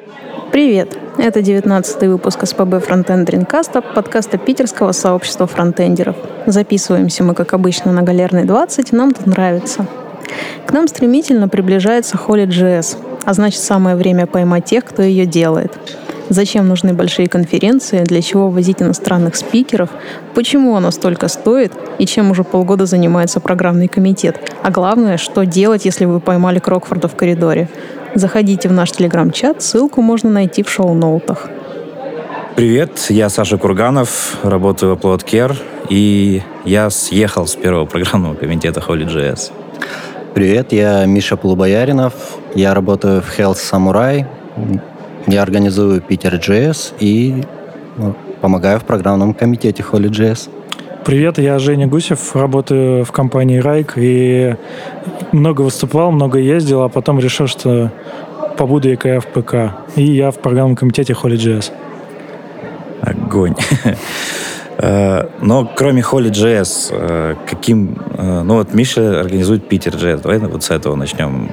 Привет! Это 19-й выпуск СПБ Фронтенд Дринкаста, подкаста питерского сообщества фронтендеров. Записываемся мы, как обычно, на Галерной 20, нам тут нравится. К нам стремительно приближается Holy.js, а значит, самое время поймать тех, кто ее делает. Зачем нужны большие конференции, для чего возить иностранных спикеров, почему оно столько стоит и чем уже полгода занимается программный комитет. А главное, что делать, если вы поймали Крокфорда в коридоре. Заходите в наш телеграм-чат, ссылку можно найти в шоу-ноутах. Привет, я Саша Курганов, работаю в Upload Care, и я съехал с первого программного комитета Holy.js. Привет, я Миша Полубояринов, я работаю в Health Samurai, я организую Питер.js и помогаю в программном комитете Holy.js. Привет, я Женя Гусев, работаю в компании Райк и много выступал, много ездил, а потом решил, что побуду я в ПК. И я в программном комитете Holy.js. Огонь. Но кроме Holy.js, каким... Ну вот Миша организует Питер.js. Давай вот с этого начнем.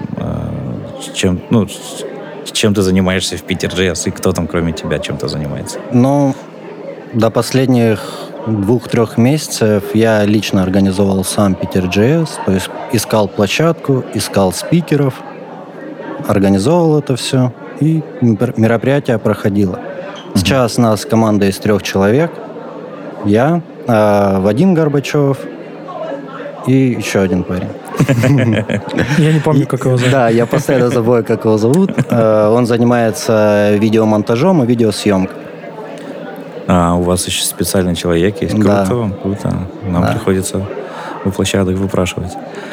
Чем ты занимаешься в Питер.js и кто там кроме тебя чем-то занимается? Ну, до последних 2-3 месяцев я лично организовал сам Питер.js, то есть искал площадку, искал спикеров, организовал это все, и мероприятие проходило. Сейчас у нас команда из 3 человек. Я, Вадим Горбачев и еще один парень. Я не помню, как его зовут. Да, я постоянно забываю, как его зовут. Он занимается видеомонтажом и видеосъемкой. У вас еще специальный человек есть? Да. Круто, круто. Нам приходится у площадок выпрашивать.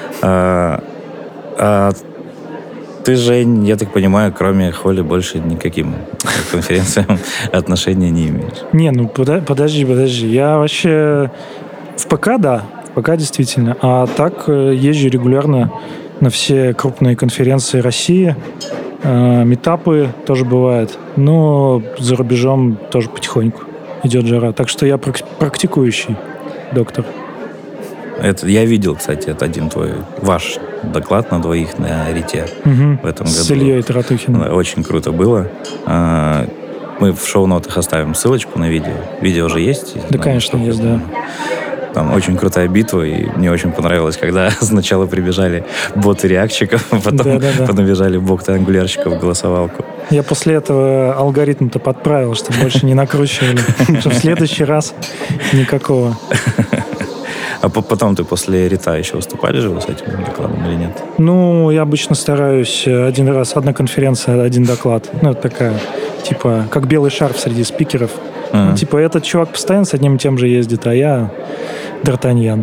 Ты, Жень, я так понимаю, кроме Холли больше никаким конференциям отношения не имеешь? Не, ну подожди. Я вообще в ПК, да, в ПК действительно. А так езжу регулярно на все крупные конференции России. Митапы тоже бывают. Но за рубежом тоже потихоньку идет жара. Так что я практикующий доктор. Это я видел, кстати, это ваш доклад на 2 на Рите в этом году. С Ильей Таратухиным. Очень круто было. Мы в шоу-нотах оставим ссылочку на видео. Видео уже есть? Да, конечно, есть, да. Там очень крутая битва, и мне очень понравилось, когда сначала прибежали боты реакчиков, а потом понабежали боты ангулярщиков в голосовалку. Я после этого алгоритм-то подправил, чтобы больше не накручивали. Чтобы в следующий раз никакого. А потом ты после Рита еще выступали же с этим докладом или нет? Ну, я обычно стараюсь одна конференция, один доклад. Ну, это такая, типа, как белый шарф среди спикеров. Ну, типа, этот чувак постоянно с одним и тем же ездит, а я Д'Артаньян.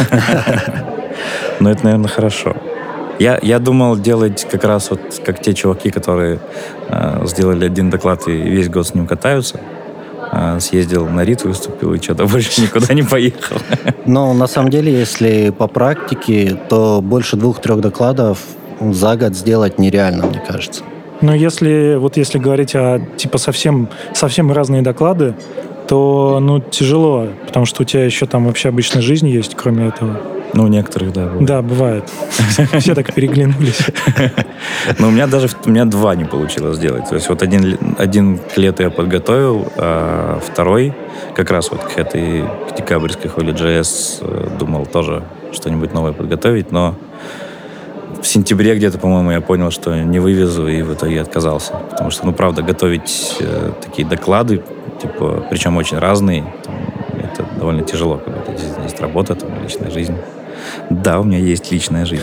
Ну, это, наверное, хорошо. Я думал делать как раз вот как те чуваки, которые сделали один доклад и весь год с ним катаются. Съездил на Рит, выступил и что-то больше никуда не поехал. Но на самом деле, если по практике, то больше 2-3 докладов за год сделать нереально, мне кажется. Но если говорить о типа совсем разные доклады, то тяжело, потому что у тебя еще там вообще обычная жизнь есть, кроме этого. Ну, у некоторых, да. Бывает. Да, бывает. Все так переглянулись. Но у меня 2 не получилось сделать. То есть вот один к лету я подготовил, а второй как раз вот к декабрьской Holy.js думал тоже что-нибудь новое подготовить, но в сентябре где-то, по-моему, я понял, что не вывезу, и в итоге отказался. Потому что, правда, готовить такие доклады, типа, причем очень разные, это довольно тяжело, когда есть работа, личная жизнь. Да, у меня есть личная жизнь.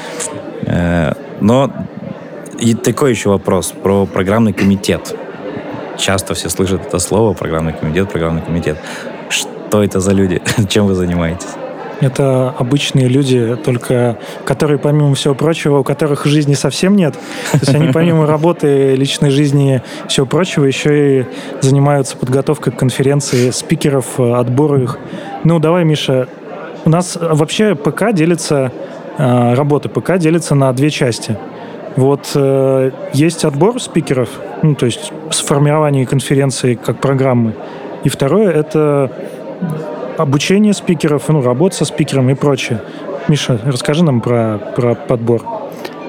Но и такой еще вопрос про программный комитет. Часто все слышат это слово программный комитет. Что это за люди? Чем вы занимаетесь? Это обычные люди, только которые, помимо всего прочего, у которых жизни совсем нет. То есть они помимо работы, личной жизни и всего прочего еще и занимаются подготовкой к конференции спикеров, отбору их. Ну, давай, Миша. У нас вообще работа ПК делится на 2 части. Вот есть отбор спикеров, то есть сформирование конференции как программы. И второе — это обучение спикеров, работа со спикером и прочее. Миша, расскажи нам про подбор.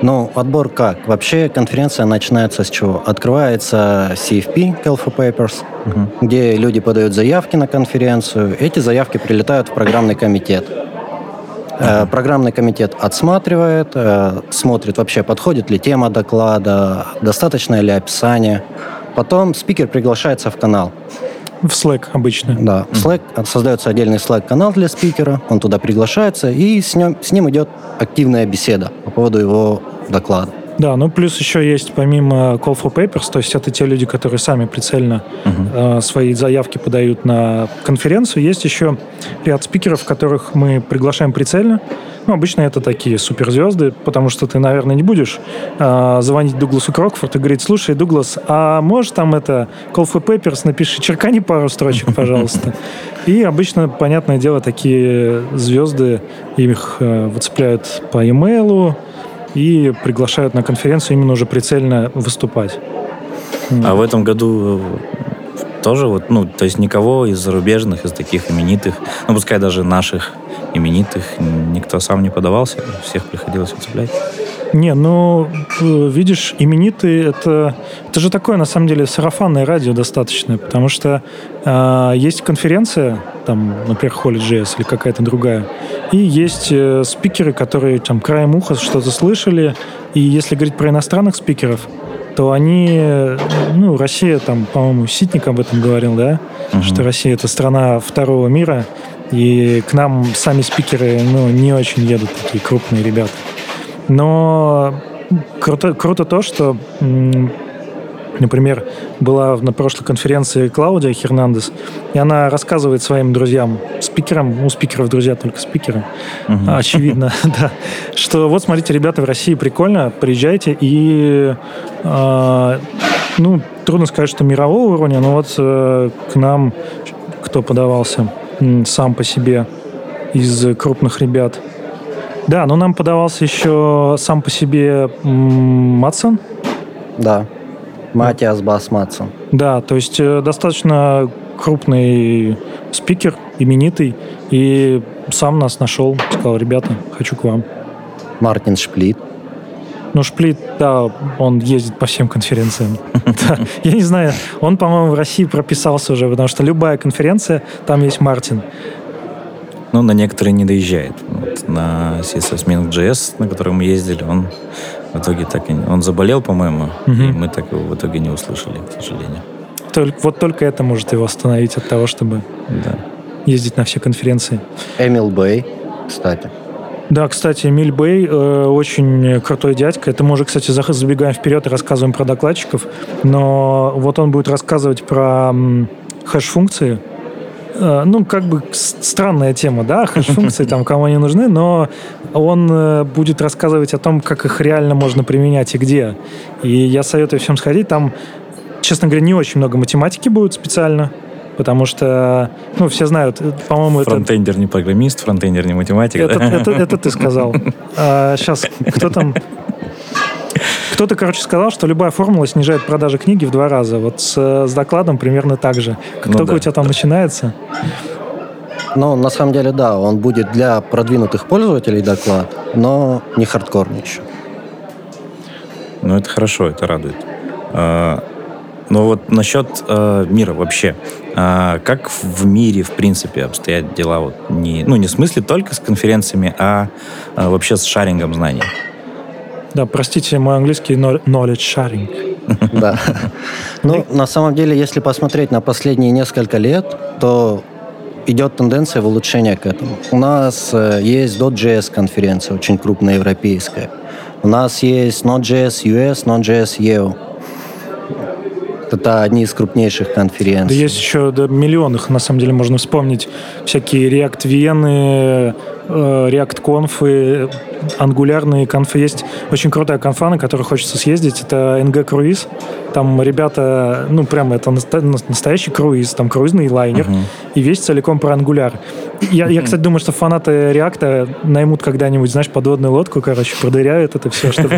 Ну, отбор как? Вообще конференция начинается с чего? Открывается CFP, Call for Papers, где люди подают заявки на конференцию. Эти заявки прилетают в программный комитет. Программный комитет отсматривает, смотрит вообще, подходит ли тема доклада, достаточно ли описание. Потом спикер приглашается в канал. В Slack обычно. Да, в Slack создается отдельный Slack-канал для спикера, он туда приглашается, и с ним идет активная беседа по поводу его доклада. Да, ну плюс еще есть помимо Call for Papers, то есть это те люди, которые сами прицельно свои заявки подают на конференцию. Есть еще ряд спикеров, которых мы приглашаем прицельно. Ну, обычно это такие суперзвезды, потому что ты, наверное, не будешь звонить Дугласу Крокфорду и говорить: слушай, Дуглас, а можешь там это Call for Papers напиши, черкани пару строчек, пожалуйста. И обычно, понятное дело, такие звезды, их выцепляют по e-mail и приглашают на конференцию именно уже прицельно выступать. А в этом году тоже вот, ну, то есть никого из зарубежных, из таких именитых, ну, пускай даже наших именитых, никто сам не подавался, всех приходилось выцеплять? Не, ну, видишь, именитые, это же такое, на самом деле, сарафанное радио достаточно, потому что есть конференция, там, например, Holy.js или какая-то другая, и есть спикеры, которые там краем уха что-то слышали, и если говорить про иностранных спикеров, то они, ну, Россия, там, по-моему, Ситник об этом говорил, да, что Россия — это страна второго мира, и к нам сами спикеры, ну, не очень едут, такие крупные ребята. Но круто то, что, например, была на прошлой конференции Клаудия Хернандес, и она рассказывает своим друзьям, спикерам, у спикеров друзья только спикеры, очевидно, да, что вот, смотрите, ребята, в России прикольно, приезжайте, и, ну, трудно сказать, что мирового уровня, но вот к нам, кто подавался сам по себе из крупных ребят. Да, но нам подавался еще сам по себе Матсон. Да, Матиас Бас Матсон. Да, то есть достаточно крупный спикер, именитый, и сам нас нашел, сказал: ребята, хочу к вам. Мартин Шплит. Ну, Шплит, да, он ездит по всем конференциям. Я не знаю, он, по-моему, в России прописался уже, потому что любая конференция, там есть Мартин. Ну, на некоторые не доезжает. Вот на CSS Minsk.js, на который мы ездили, он в итоге так и... Он заболел, по-моему, и мы так его в итоге не услышали, к сожалению. Вот только это может его остановить от того, чтобы ездить на все конференции. Эмил Бэй, кстати. Да, кстати, Эмиль Бэй очень крутой дядька. Это мы уже, кстати, забегаем вперед и рассказываем про докладчиков. Но вот он будет рассказывать про хэш-функции. Ну, как бы странная тема, да, хэш-функции там кому они нужны, но он будет рассказывать о том, как их реально можно применять и где. И я советую всем сходить. Там, честно говоря, не очень много математики будет специально, потому что, ну, все знают, по-моему, фронтендер не программист, фронтендер не математик. Это ты сказал. Сейчас, кто там... Кто-то, короче, сказал, что любая формула снижает продажи книги в 2 раза. Вот с докладом примерно так же. Как только у тебя там начинается... Ну, на самом деле, да, он будет для продвинутых пользователей доклад, но не хардкорный еще. Ну, это хорошо, это радует. Но вот насчет мира вообще. Как в мире, в принципе, обстоят дела? Вот не в смысле только с конференциями, а вообще с шарингом знаний? Да, простите, мой английский knowledge sharing. Да. Ну, на самом деле, если посмотреть на последние несколько лет, то идет тенденция в улучшение к этому. У нас есть .js конференция, очень крупная европейская. У нас есть Node.js US, Node.js EU. Это одни из крупнейших конференций. Да есть еще миллион их, на самом деле, можно вспомнить. Всякие React Вены, React конфы, ангулярные конфы. Есть очень крутая конфа, на которую хочется съездить. Это NG Cruise. Там ребята, ну, прямо это настоящий круиз, там круизный лайнер. И весь целиком про ангуляр. Я, кстати, думаю, что фанаты React наймут когда-нибудь, знаешь, подводную лодку, короче, продыряют это все, чтобы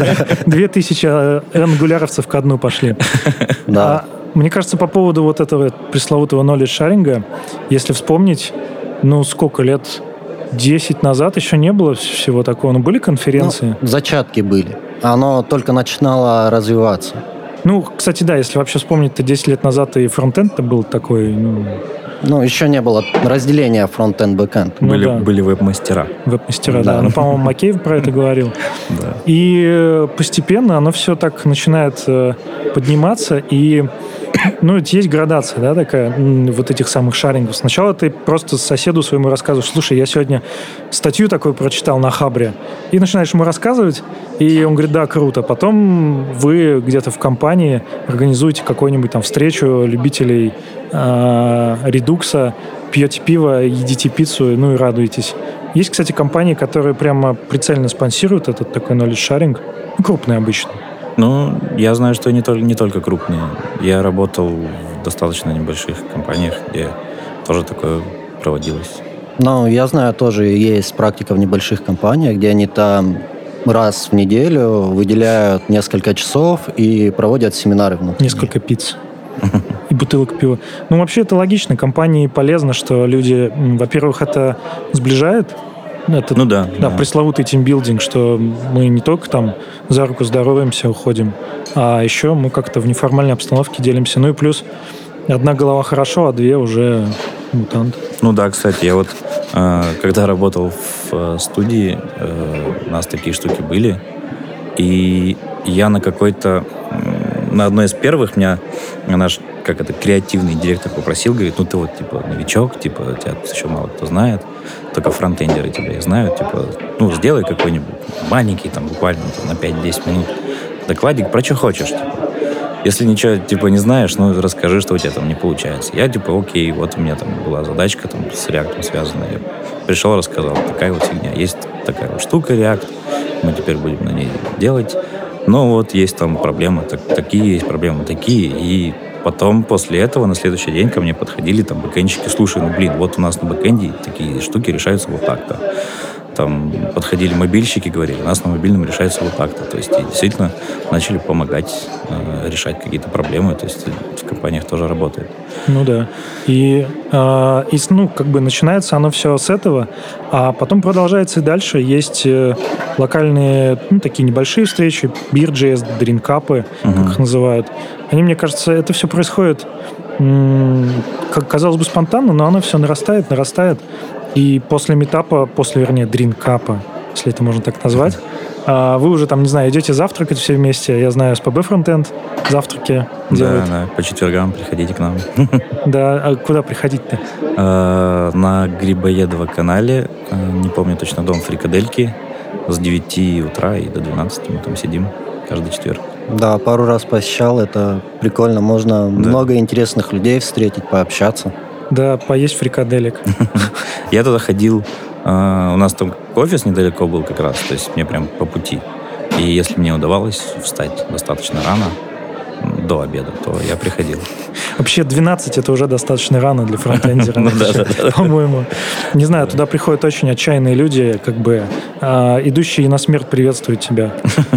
2000 ангуляровцев ко дну пошли. Да. Мне кажется, по поводу вот этого пресловутого knowledge sharing, если вспомнить, ну, сколько лет, 10 назад еще не было всего такого. Но были конференции? Ну, зачатки были. Оно только начинало развиваться. Ну, кстати, да, если вообще вспомнить, то 10 лет назад и фронтенд-то был такой... Ну, еще не было разделения фронт-энд, бэкэнд. Были веб-мастера. Веб-мастера, да. Ну, по-моему, Макеев про это говорил. Да. И постепенно оно все так начинает подниматься, и ну, ведь есть градация, да, такая, вот этих самых шарингов. Сначала ты просто соседу своему рассказываешь: слушай, я сегодня статью такую прочитал на Хабре, и начинаешь ему рассказывать, и он говорит: да, круто. Потом вы где-то в компании организуете какую-нибудь там встречу любителей редукса, пьете пиво, едите пиццу, ну и радуетесь. Есть, кстати, компании, которые прямо прицельно спонсируют этот такой knowledge sharing, крупные обычно. Ну, я знаю, что не только крупные. Я работал в достаточно небольших компаниях, где тоже такое проводилось. Ну, я знаю, тоже есть практика в небольших компаниях, где они там раз в неделю выделяют несколько часов и проводят семинары внутри. Несколько пиц и бутылок пива. Ну, вообще это логично. Компании полезно, что люди, во-первых, это сближает. Это, ну да. Пресловутый тимбилдинг, что мы не только там за руку здороваемся, уходим, а еще мы как-то в неформальной обстановке делимся. Ну и плюс одна голова хорошо, а две уже мутант. Ну да, кстати, я вот когда работал в студии, у нас такие штуки были, и я на одной из первых меня наш креативный директор попросил, говорит: ну ты вот типа новичок, типа тебя еще мало кто знает, только фронтендеры тебя и знают, типа, ну сделай какой-нибудь маленький, там буквально на 5-10 минут докладик про что хочешь, типа. Если ничего типа не знаешь, ну расскажи, что у тебя там не получается. Я типа окей, вот у меня там была задачка там с React связанная. Я пришел, рассказал: такая вот фигня, есть такая вот штука React, мы теперь будем на ней делать. Но вот есть там проблемы, такие есть проблемы, такие. И потом, после этого, на следующий день ко мне подходили там бэкэндчики: слушай, вот у нас на бэкэнде такие штуки решаются вот так-то. Там подходили мобильщики, говорили: у нас на мобильном решается вот так-то. То есть и действительно начали помогать решать какие-то проблемы. То есть в компаниях тоже работает. Ну да. И начинается оно все с этого, а потом продолжается и дальше. Есть локальные, такие небольшие встречи, Beer.js, дринкапы, как их называют. Они, мне кажется, это все происходит, как казалось бы, спонтанно, но оно все нарастает. И после митапа, дринкапа, если это можно так назвать, вы уже там, не знаю, идете завтракать все вместе. Я знаю, СПБ Фронтенд завтраки делают. Да, по четвергам приходите к нам. Да, а куда приходить-то? На Грибоедово канале, не помню точно, дом Фрикадельки, с 9 утра и до 12 мы там сидим каждый четверг. Да, пару раз посещал, это прикольно. Можно много интересных людей встретить, пообщаться. Да, поесть фрикаделек. Я туда ходил, у нас там офис недалеко был как раз, то есть мне прям по пути. И если мне удавалось встать достаточно рано, до обеда, то я приходил. Вообще 12 это уже достаточно рано для фронтендера, по-моему. Не знаю, туда приходят очень отчаянные люди, идущие на смерть приветствуют тебя.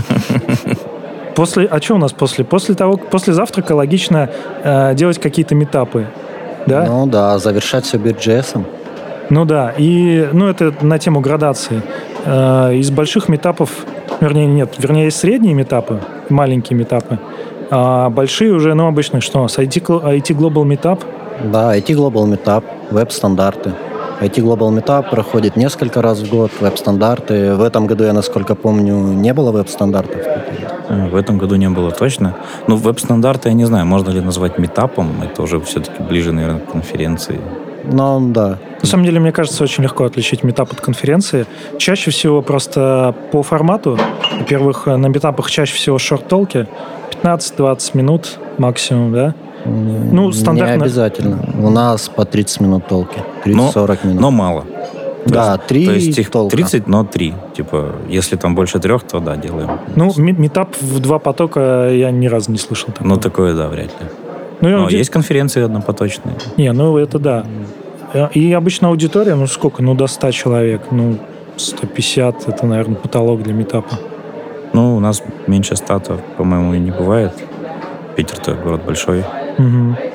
А что у нас после? После завтрака логично делать какие-то митапы. Да? Ну да, завершать все Beer.js. Ну да, и это на тему градации. Из больших митапов, есть средние митапы, маленькие митапы, а большие уже, обычно что? С IT Global Meetup? Да, IT Global Meetup, веб-стандарты. IT Global Meetup проходит несколько раз в год, веб-стандарты. В этом году, я насколько помню, не было веб-стандартов. В этом году не было точно. Но веб-стандарты, я не знаю, можно ли назвать митапом. Это уже все-таки ближе, наверное, к конференции. Ну, да. На самом деле, мне кажется, очень легко отличить митап от конференции. Чаще всего просто по формату. Во-первых, на митапах чаще всего шорт-толки. 15-20 минут максимум, да? Стандартно. Не обязательно. У нас по 30 минут толки. 30-40 минут. Но мало. Да, 3 то есть их толка. 30, но 3. Типа, если там больше 3, то да, делаем. Митап в 2 потока я ни разу не слышал такого. Такое, да, вряд ли. Но есть конференции однопоточные. Это да. И обычно аудитория, до 100 человек. 150 это, наверное, потолок для митапа. У нас меньше 100, по-моему, и не бывает. Питер-то город большой.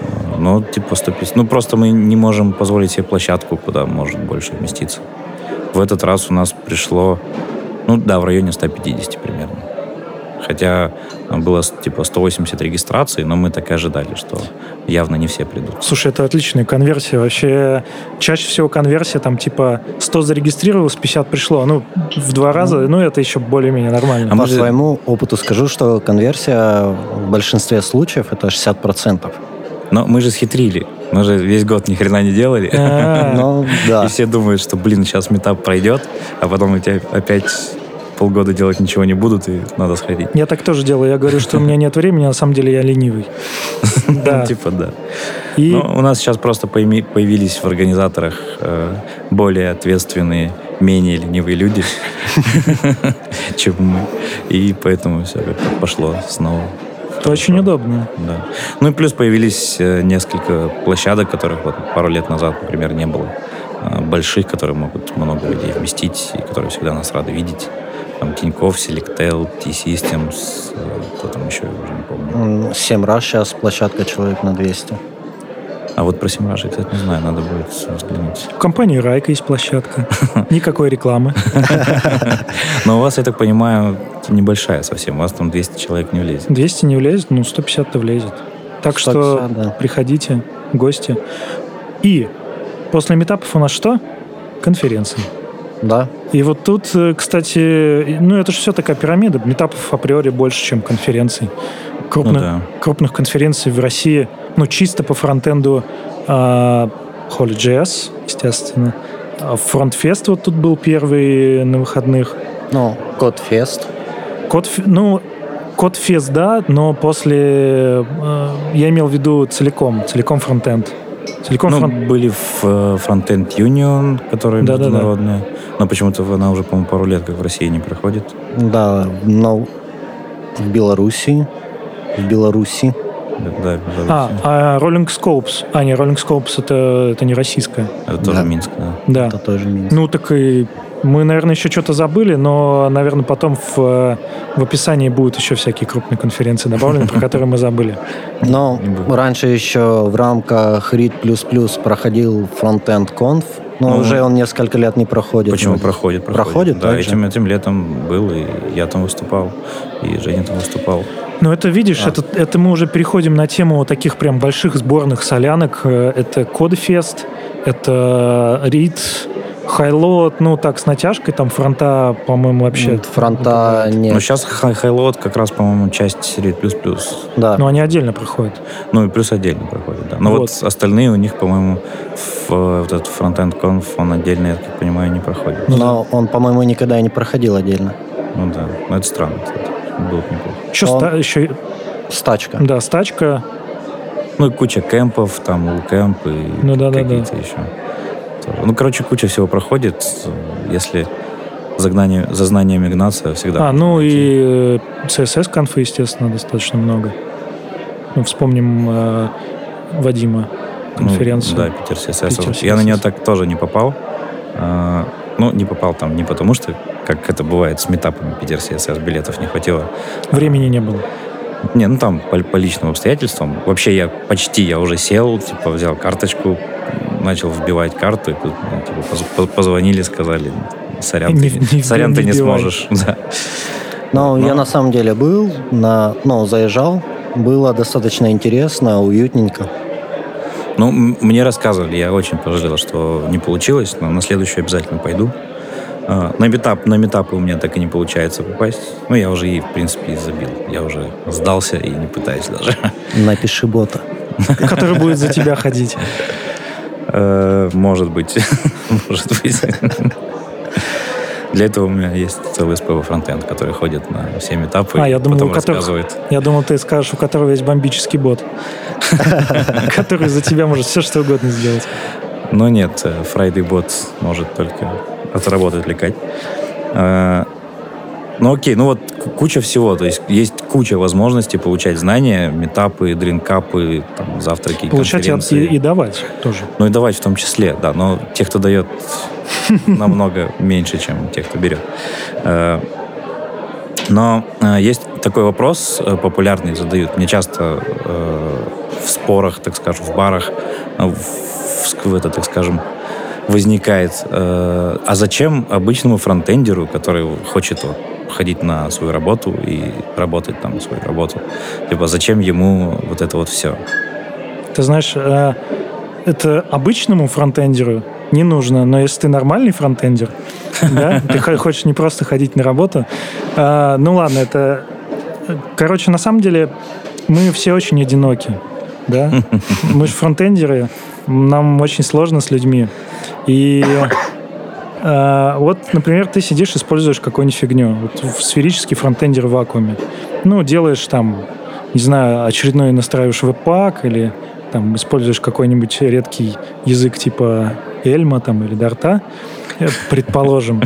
Угу. 150. Просто мы не можем позволить себе площадку, куда может больше вместиться. В в этот раз у нас пришло, в районе 150 примерно. Хотя было типа 180 регистраций, но мы так и ожидали, что явно не все придут. Слушай, это отличная конверсия. Вообще, чаще всего конверсия там типа 100 зарегистрировалось, 50 пришло. В 2 раза, это еще более-менее нормально. По своему опыту скажу, что конверсия в большинстве случаев это 60%. Но мы же схитрили. Мы же весь год ни хрена не делали. Да. И все думают, что, сейчас метап пройдет, а потом у тебя опять полгода делать ничего не будут, и надо сходить. Я так тоже делаю. Я говорю, что у меня нет времени, а на самом деле я ленивый. Да. Типа, да. У нас сейчас просто появились в организаторах более ответственные, менее ленивые люди, чем мы. И поэтому все как-то пошло снова. Это очень удобно. Да. И плюс появились несколько площадок, которых пару лет назад, например, не было. Больших, которые могут много людей вместить, и которые всегда нас рады видеть. Там Тинькофф, Selectel, T-Systems, кто там еще, я уже не помню. Семраж сейчас площадка человек на 200. А вот про Семраж я, кстати, не знаю, надо будет взглянуть. У компании Райка есть площадка. Никакой рекламы. Но у вас, я так понимаю, небольшая совсем. У вас там 200 человек не влезет. 200 не влезет, 150-то влезет. Так 150, что приходите, гости. И после метапов у нас что? Конференции. Да. И вот тут, кстати, это же все такая пирамида. Метапов априори больше, чем конференций. Крупных конференций в России, чисто по фронтенду Holy.js, естественно. Фронтфест вот тут был первый на выходных. Кодфест. Кодфест, да, но после... я имел в виду целиком фронтенд. Были в Frontend Union, которая международная. Но почему-то она уже, по-моему, пару лет как в России не проходит. Да, но в Беларуси. Да, в Беларуси. Rolling Scopes. Не, Rolling Scopes это не российская. Это тоже Минск, да. Это тоже Минск. Так и мы, наверное, еще что-то забыли, но, наверное, потом в описании будут еще всякие крупные конференции добавлены, про которые мы забыли. Но раньше еще в рамках READ++ проходил Frontend Conf, но уже он несколько лет не проходит. Почему проходит? Проходит, да, этим летом был, и я там выступал, и Женя там выступал. Это, видишь, это мы уже переходим на тему таких прям больших сборных солянок. Это Codefest, это READ, Highload, так, с натяжкой, там фронта, по-моему, вообще... Фронта нет. Сейчас Highload как раз, по-моему, часть READ++. Да. Но они отдельно проходят. И плюс отдельно проходят, да. Но вот остальные у них, по-моему, вот этот Frontend Conf, он отдельно, я так понимаю, не проходит. Но он, по-моему, никогда и не проходил отдельно. Да. Это странно, кстати. Было бы неплохо. Еще... Стачка. Да, стачка. И куча кемпов, там, Улкэмп и какие-то еще. Куча всего проходит, если за знаниями гнаться всегда. И CSS-конфы, естественно, достаточно много. Вспомним Вадима конференцию. Да, Питер CSS. Я на нее так тоже не попал. Не попал там не потому, что, как это бывает с метапами, Питер CSS, билетов не хватило. Времени не было. Там по личным обстоятельствам. Вообще я уже сел, взял карточку, начал вбивать карту, и тут позвонили, сказали, сорян, ты не сможешь. Да. Я на самом деле был, заезжал, было достаточно интересно, уютненько. Мне рассказывали, я очень пожалел, что не получилось, но на следующую обязательно пойду. На метапы у меня так и не получается попасть. Я уже в принципе, забил. Я уже сдался и не пытаюсь даже. Напиши бота. Который будет за тебя ходить. Может быть. Для этого у меня есть целый СПВ фронтенд, который ходит на все метапы и потом рассказывает. Я думал, ты скажешь, у которого есть бомбический бот, который за тебя может все что угодно сделать. Но нет, Friday бот может только от работы отвлекать. Окей, куча всего. То есть куча возможностей получать знания, метапы, дринкапы, завтраки, получать конференции. И давать тоже. И давать в том числе, да. Но те, кто дает, намного меньше, чем те, кто берет. Но есть такой вопрос популярный, задают. Мне часто в спорах, так скажем, в барах, так скажем, возникает, а зачем обычному фронтендеру, который хочет ходить на свою работу и работать там свою работу, типа зачем ему вот это вот все? Ты знаешь, это обычному фронтендеру не нужно, но если ты нормальный фронтендер, да, ты хочешь не просто ходить на работу, ну ладно, это... Короче, на самом деле мы все очень одиноки, да? Мы же фронтендеры, нам очень сложно с людьми. И вот, например, ты сидишь, используешь какую-нибудь фигню. Вот сферический фронтендер в вакууме. Ну, делаешь там, не знаю, очередной настраиваешь веб-пак или там используешь какой-нибудь редкий язык типа Эльма там, или Дарта, предположим.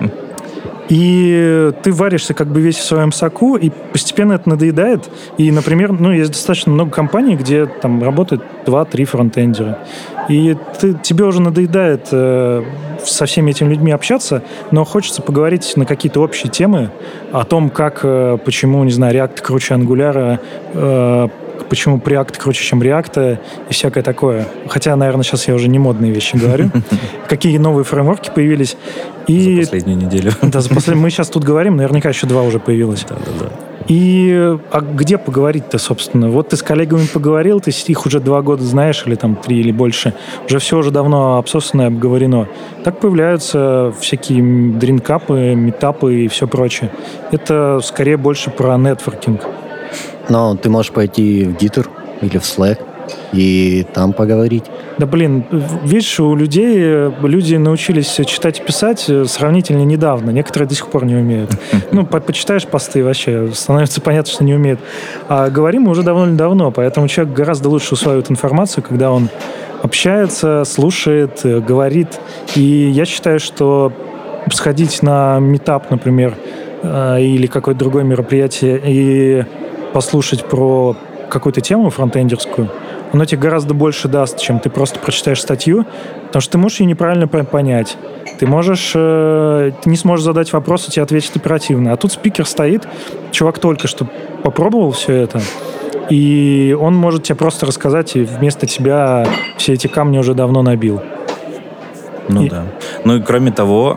И ты варишься как бы весь в своем соку, и постепенно это надоедает. И, например, есть достаточно много компаний, где там работает 2-3 фронтендера. И тебе уже надоедает со всеми этими людьми общаться, но хочется поговорить на какие-то общие темы о том, почему, не знаю, React круче Angular, почему Preact круче, чем React и всякое такое. Хотя, наверное, сейчас я уже не модные вещи говорю. Какие новые фреймворки появились. За последнюю неделю. Да, мы сейчас тут говорим, наверняка еще 2 уже появилось. Да. И где поговорить-то, собственно? Вот ты с коллегами поговорил, ты их уже 2 года знаешь, или там 3, или больше. Все уже давно обсосано и обговорено. Так появляются всякие дринкапы, митапы и все прочее. Это скорее больше про нетворкинг. Но ты можешь пойти в Gitter или в Slack и там поговорить. Да блин, видишь, у людей люди научились читать и писать сравнительно недавно. Некоторые до сих пор не умеют. Почитаешь посты, вообще становится понятно, что не умеют. А говорим мы уже давно, поэтому человек гораздо лучше усваивает информацию, когда он общается, слушает, говорит. И я считаю, что сходить на митап, например, или какое-то другое мероприятие и послушать про какую-то тему фронтендерскую, оно тебе гораздо больше даст, чем ты просто прочитаешь статью, потому что ты можешь ее неправильно понять. Ты не сможешь задать вопрос, и тебе ответит оперативно. А тут спикер стоит, чувак только что попробовал все это, и он может тебе просто рассказать, и вместо тебя все эти камни уже давно набил. Да. Ну и кроме того,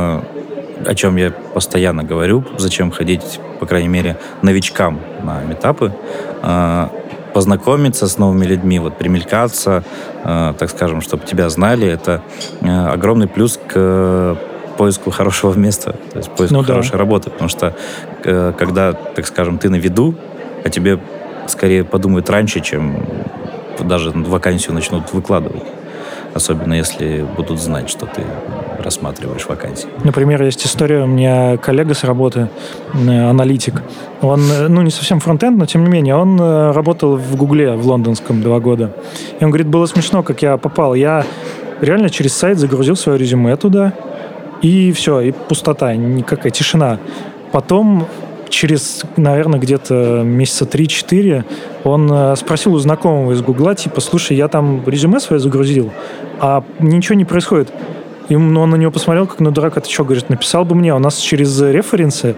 о чем я постоянно говорю, зачем ходить, по крайней мере, новичкам на митапы, познакомиться с новыми людьми, примелькаться, так скажем, чтобы тебя знали, это огромный плюс к поиску хорошего места, то есть поиску хорошей работы, потому что когда, так скажем, ты на виду, о тебе скорее подумают раньше, чем даже вакансию начнут выкладывать. Особенно если будут знать, что ты рассматриваешь вакансии. Например, есть история, у меня коллега с работы, аналитик. Он, не совсем фронтенд, но тем не менее, он работал в Гугле, в лондонском 2 года. И он говорит, было смешно, как я попал. Я реально через сайт загрузил свое резюме туда, и все, и пустота, никакая тишина. Потом через, наверное, где-то месяца 3-4 он спросил у знакомого из Гугла, слушай, я там резюме свое загрузил, а ничего не происходит. И он на него посмотрел, как на дурака. Ты что, говорит, написал бы мне. У нас через референсы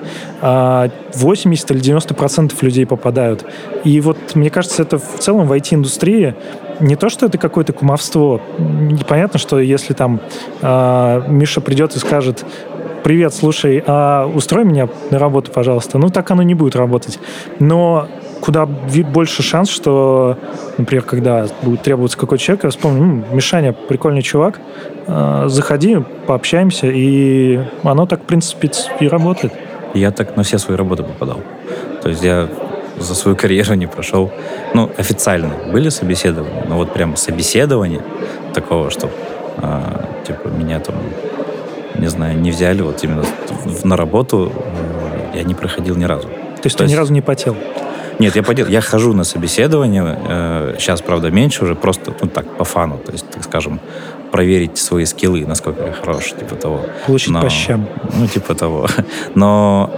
80 или 90% людей попадают. И мне кажется, это в целом в IT-индустрии не то, что это какое-то кумовство. Понятно, что если там Миша придет и скажет: привет, слушай, устрой меня на работу, пожалуйста. Так оно не будет работать. Но куда больше шанс, что, например, когда будет требоваться какой-то человек, я вспомню, Мишаня, прикольный чувак, заходи, пообщаемся, и оно так, в принципе, и работает. Я так на все свои работы попадал. То есть я за свою карьеру не прошел. Официально были собеседования, но прям собеседование такого, что меня там, не знаю, не взяли именно на работу, я не проходил ни разу. То есть ты ни разу не потел? Нет, я хожу на собеседование, сейчас, правда, меньше уже, просто, так, по фану, то есть, так скажем, проверить свои скиллы, насколько я хорош, типа того. Получить по щам. Типа того. Но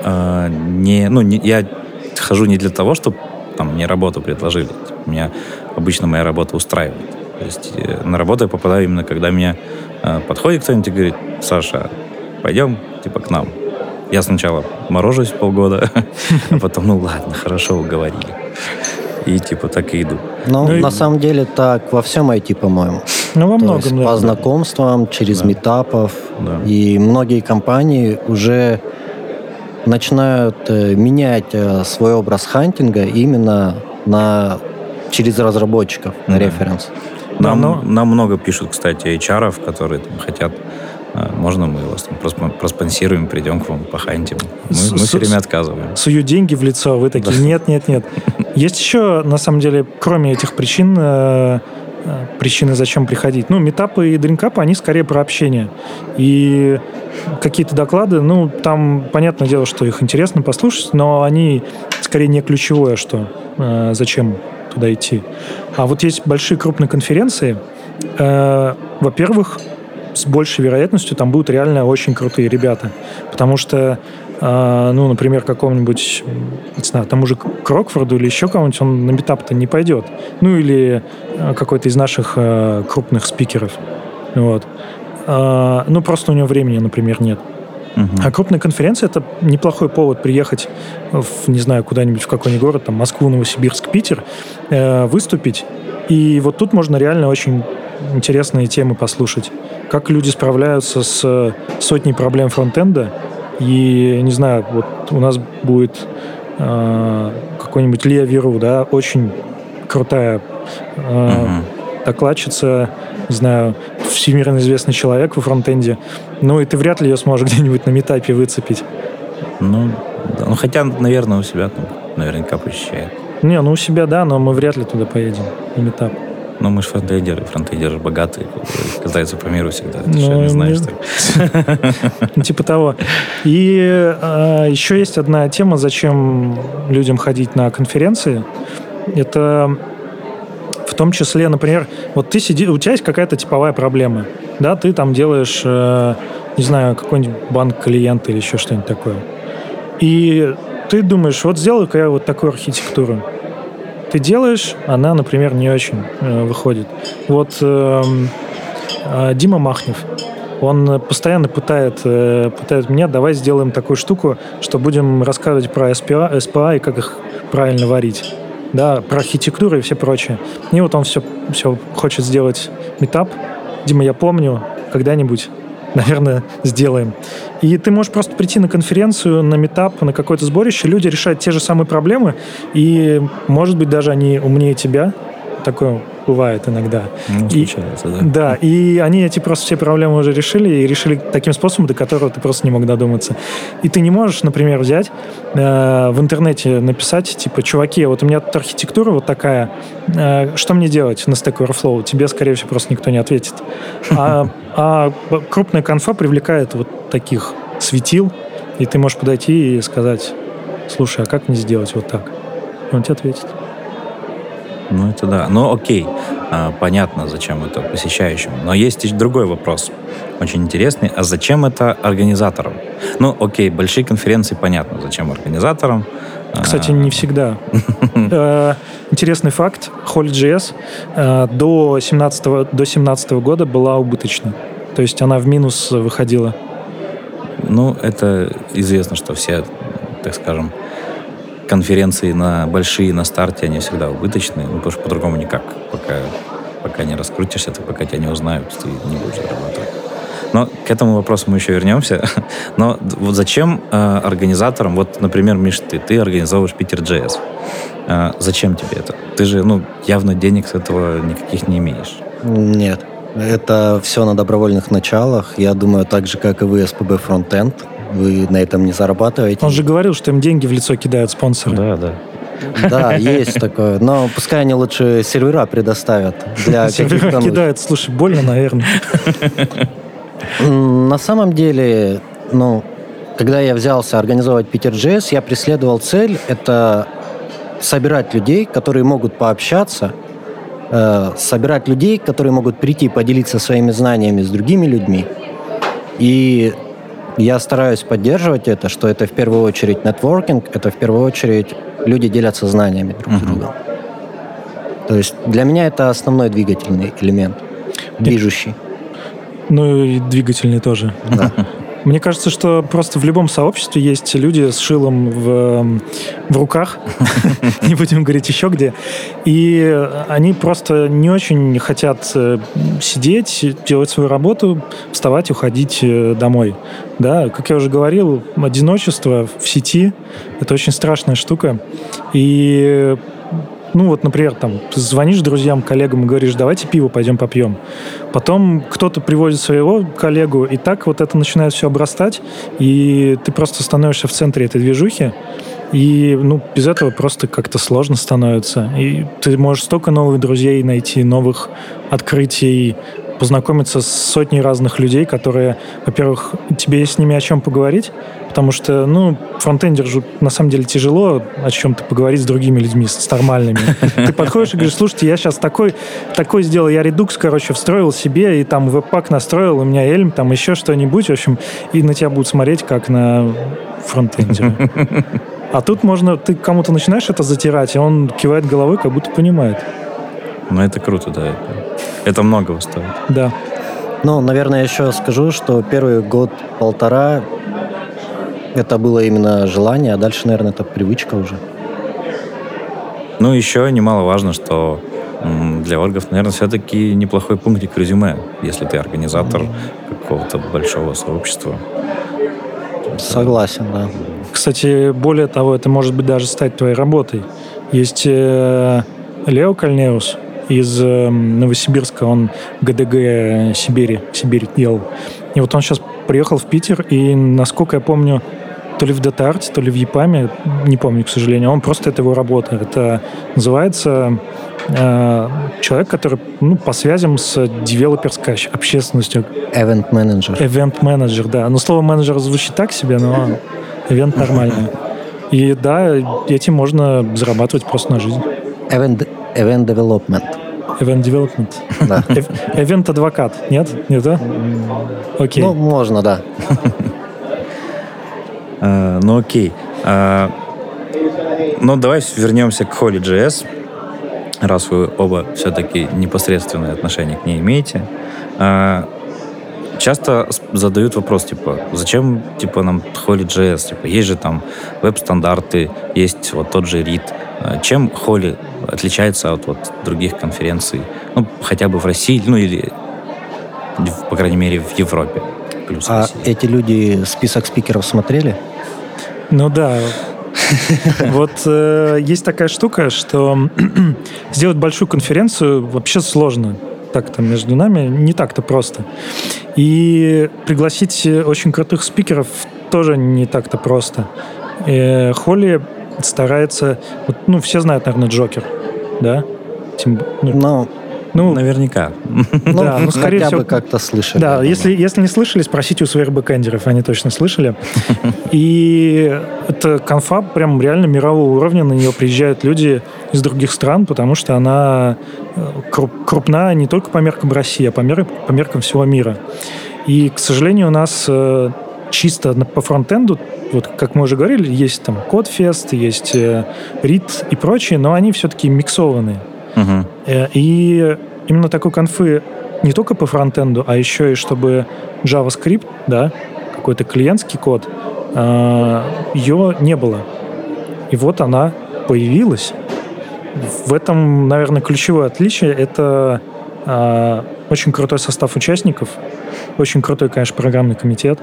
я хожу не для того, чтобы мне работу предложили. Меня обычно моя работа устраивает. То есть на работу я попадаю именно, когда меня подходит кто-нибудь и говорит: Саша, пойдем, к нам. Я сначала морожусь полгода, а потом, ладно, хорошо, уговорили. И так и иду. На самом деле так во всем IT, по-моему. Ну, во То многом, есть да. по знакомствам, через митапов. Да. И многие компании уже начинают менять свой образ хантинга именно через разработчиков, на референс. Нам много пишут, кстати, HR-ов, которые там хотят, можно мы вас там проспонсируем, придем к вам, похантим. Мы все время отказываем. Суют деньги в лицо, вы такие, нет. Есть еще, на самом деле, кроме этих причины, зачем приходить. Ну, митапы и дринкапы, они скорее про общение. И какие-то доклады, ну, там, понятное дело, что их интересно послушать, но они скорее не ключевое, что зачем туда идти. А вот есть большие крупные конференции. Во-первых, с большей вероятностью там будут реально очень крутые ребята. Потому что, ну, например, какому-нибудь, не знаю, тому же Крокфорду или еще кому-нибудь, он на митап-то не пойдет. Ну, или какой-то из наших крупных спикеров. Вот. Ну, просто у него времени, например, нет. А крупная конференция — это неплохой повод приехать, не знаю, куда-нибудь в какой-нибудь город, там, Москву, Новосибирск, Питер, выступить. И вот тут можно реально очень интересные темы послушать. Как люди справляются с сотней проблем фронтенда. И, не знаю, вот у нас будет какой-нибудь Лия Виру, да, очень крутая докладчица, не знаю, всемирно известный человек во фронтенде. Ну, и ты вряд ли ее сможешь где-нибудь на митапе выцепить. Ну, да. Ну, хотя, наверное, у себя там наверняка посещает. Не, ну у себя, да, но мы вряд ли туда поедем, на митап. Ну, мы же фронтендеры богатые, катаются по миру всегда. Ты что, не знаешь, что? Типа того. И еще есть одна тема, зачем людям ходить на конференции. Это в том числе, например, вот ты сидишь, у тебя есть какая-то типовая проблема, да, ты там делаешь, не знаю, какой-нибудь банк клиента или еще что-нибудь такое. И ты думаешь, вот сделаю-ка я вот такую архитектуру. Ты делаешь, она, например, не очень выходит. Вот Дима Махнев, он постоянно пытает меня, давай сделаем такую штуку, что будем рассказывать про SPA и как их правильно варить. Да, про архитектуру и все прочее. И вот он все хочет сделать митап. Дима, я помню, когда-нибудь, наверное, сделаем. И ты можешь просто прийти на конференцию, на митап, на какое-то сборище, люди решают те же самые проблемы, и, может быть, даже они умнее тебя. Такое бывает иногда. Ну, случается, да. Да, и они эти просто все проблемы уже решили, и решили таким способом, до которого ты просто не мог додуматься. И ты не можешь, например, взять, в интернете написать, типа, чуваки, вот у меня тут архитектура вот такая, что мне делать на Stack Overflow? Тебе, скорее всего, просто никто не ответит. А крупная конфа привлекает вот таких светил, и ты можешь подойти и сказать, слушай, а как мне сделать вот так? И он тебе ответит. Ну, это да. Ну, окей. Понятно, зачем это посещающим. Но есть и другой вопрос, очень интересный. А зачем это организаторам? Ну, окей, большие конференции, понятно, зачем организаторам. Кстати, не всегда. Интересный факт. Holy.js до 2017 года была убыточной. То есть она в минус выходила. Ну, это известно, что все, так скажем, конференции большие на старте, они всегда убыточные, ну, потому что по-другому никак. Пока не раскрутишься, пока тебя не узнают, ты не будешь зарабатывать. Но к этому вопросу мы еще вернемся. Но вот зачем организаторам, вот, например, Миш, ты организовываешь Питер.js. Зачем тебе это? Ты же, явно денег с этого никаких не имеешь. Нет. Это все на добровольных началах. Я думаю, так же, как и вы, СПБ Frontend, вы на этом не зарабатываете. Он же говорил, что им деньги в лицо кидают спонсоры. Да. Да, есть такое. Но пускай они лучше сервера предоставят. Сервера кидают. Слушай, больно, наверное. На самом деле, когда я взялся организовывать Питер.js, я преследовал цель – это собирать людей, которые могут пообщаться, собирать людей, которые могут прийти и поделиться своими знаниями с другими людьми. И я стараюсь поддерживать это, что это в первую очередь нетворкинг, это в первую очередь люди делятся знаниями друг с другом. То есть для меня это основной двигательный элемент, движущий. Ну и двигательный тоже. Да. Мне кажется, что просто в любом сообществе есть люди с шилом в руках, не будем говорить еще где, и они просто не очень хотят сидеть, делать свою работу, вставать, уходить домой. Да, как я уже говорил, одиночество в сети — это очень страшная штука. И например, ты звонишь друзьям, коллегам и говоришь, давайте пиво пойдем попьем. Потом кто-то приводит своего коллегу, и так вот это начинает все обрастать, и ты просто становишься в центре этой движухи, и без этого просто как-то сложно становится. И ты можешь столько новых друзей найти, новых открытий, познакомиться с сотней разных людей, которые, во-первых, тебе есть с ними о чем поговорить, потому что, фронтендер же на самом деле тяжело о чем-то поговорить с другими людьми, с нормальными. Ты подходишь и говоришь, слушайте, я сейчас такой сделал, я редукс, встроил себе, и там веб-пак настроил, у меня Elm, там еще что-нибудь, в общем, и на тебя будут смотреть, как на фронтендера. А тут ты кому-то начинаешь это затирать, и он кивает головой, как будто понимает. Это круто, да. Это многого стоит. Да. Наверное, еще скажу, что первый год-полтора это было именно желание, а дальше, наверное, это привычка уже. Еще немаловажно, что для оргов, наверное, все-таки неплохой пунктик в резюме, если ты организатор какого-то большого сообщества. Согласен, да. Кстати, более того, это может быть даже стать твоей работой. Есть Лео Кальнеус из Новосибирска, он ГДГ Сибирь делал. И вот он сейчас приехал в Питер, и, насколько я помню, то ли в DataArt, то ли в EPAM, не помню, к сожалению, он просто это его работа. Это называется человек, который по связям с девелоперской общественностью. Event manager. Event manager, да. Слово менеджер звучит так себе, но event нормально. И да, этим можно зарабатывать просто на жизнь. Event development. Event development. Да. Event адвокат. Нет? Нет, да? Окей. Можно, да. Окей. Давай вернемся к Holy.js, раз вы оба все-таки непосредственное отношение к ней имеете. Часто задают вопрос, зачем, нам Holy.js? Есть же там веб-стандарты, есть вот тот же READ. Чем Holy отличается от других конференций? Хотя бы в России, или, по крайней мере, в Европе. Плюс Россия. Эти люди список спикеров смотрели? Да. Вот есть такая штука, что сделать большую конференцию вообще сложно. Так-то между нами не так-то просто. И пригласить очень крутых спикеров тоже не так-то просто. Холли старается... все знают, наверное, Джокер, да? Наверняка. Да, скорее хотя всего, бы как-то слышали. Да, если не слышали, спросите у своих бэкэндеров, они точно слышали. И это конфа прям реально мирового уровня, на нее приезжают люди из других стран, потому что она крупна не только по меркам России, а по меркам всего мира. И, к сожалению, у нас чисто по фронтенду, как мы уже говорили, есть там Codefest, есть READ и прочие, но они все-таки миксованные. И именно такой конфы не только по фронтенду, а еще и чтобы JavaScript, да, какой-то клиентский код, ее не было. И вот она появилась. В этом, наверное, ключевое отличие — это очень крутой состав участников, очень крутой, конечно, программный комитет.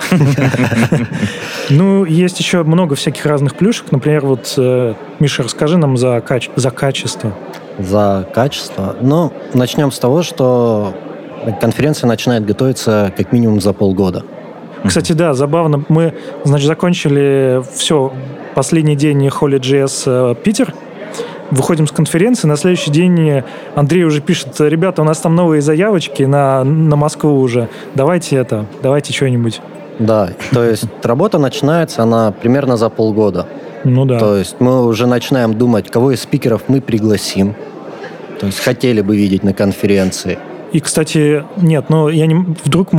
Есть еще много всяких разных плюшек. Например, Миша, расскажи нам за качество. За качество? Начнем с того, что конференция начинает готовиться как минимум за полгода. Кстати, да, забавно. Мы, закончили последний день Holy.js Питер, выходим с конференции, на следующий день Андрей уже пишет: ребята, у нас там новые заявочки на Москву уже, давайте что-нибудь. Да, то есть работа начинается, она примерно за полгода. Да. То есть мы уже начинаем думать, кого из спикеров мы пригласим, то есть хотели бы видеть на конференции. И, кстати, нет, вдруг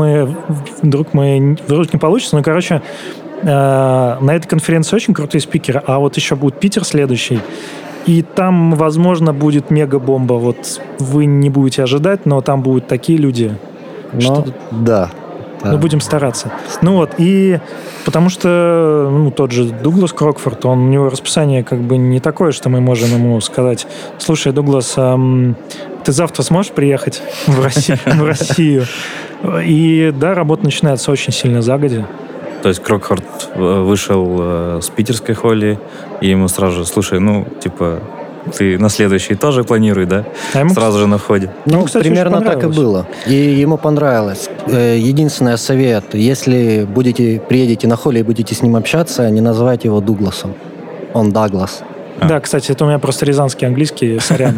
не получится, на этой конференции очень крутые спикеры, а еще будет Питер следующий, и там, возможно, будет мега-бомба. Вы не будете ожидать, но там будут такие люди. Да. Ну, будем стараться. Ну вот, и потому что тот же Дуглас Крокфорд, у него расписание как бы не такое, что мы можем ему сказать: слушай, Дуглас, ты завтра сможешь приехать в Россию? И да, работа начинается очень сильно загодя. То есть Крокфорд вышел с питерской холли, и ему сразу же: слушай, ты на следующий тоже планируй, да? Сразу же на входе. Ну, кстати, примерно так и было. И ему понравилось. Единственный совет: если приедете на холли и будете с ним общаться, не называйте его Дугласом. Он Даглас. Да, кстати, это у меня просто рязанский английский, сорян.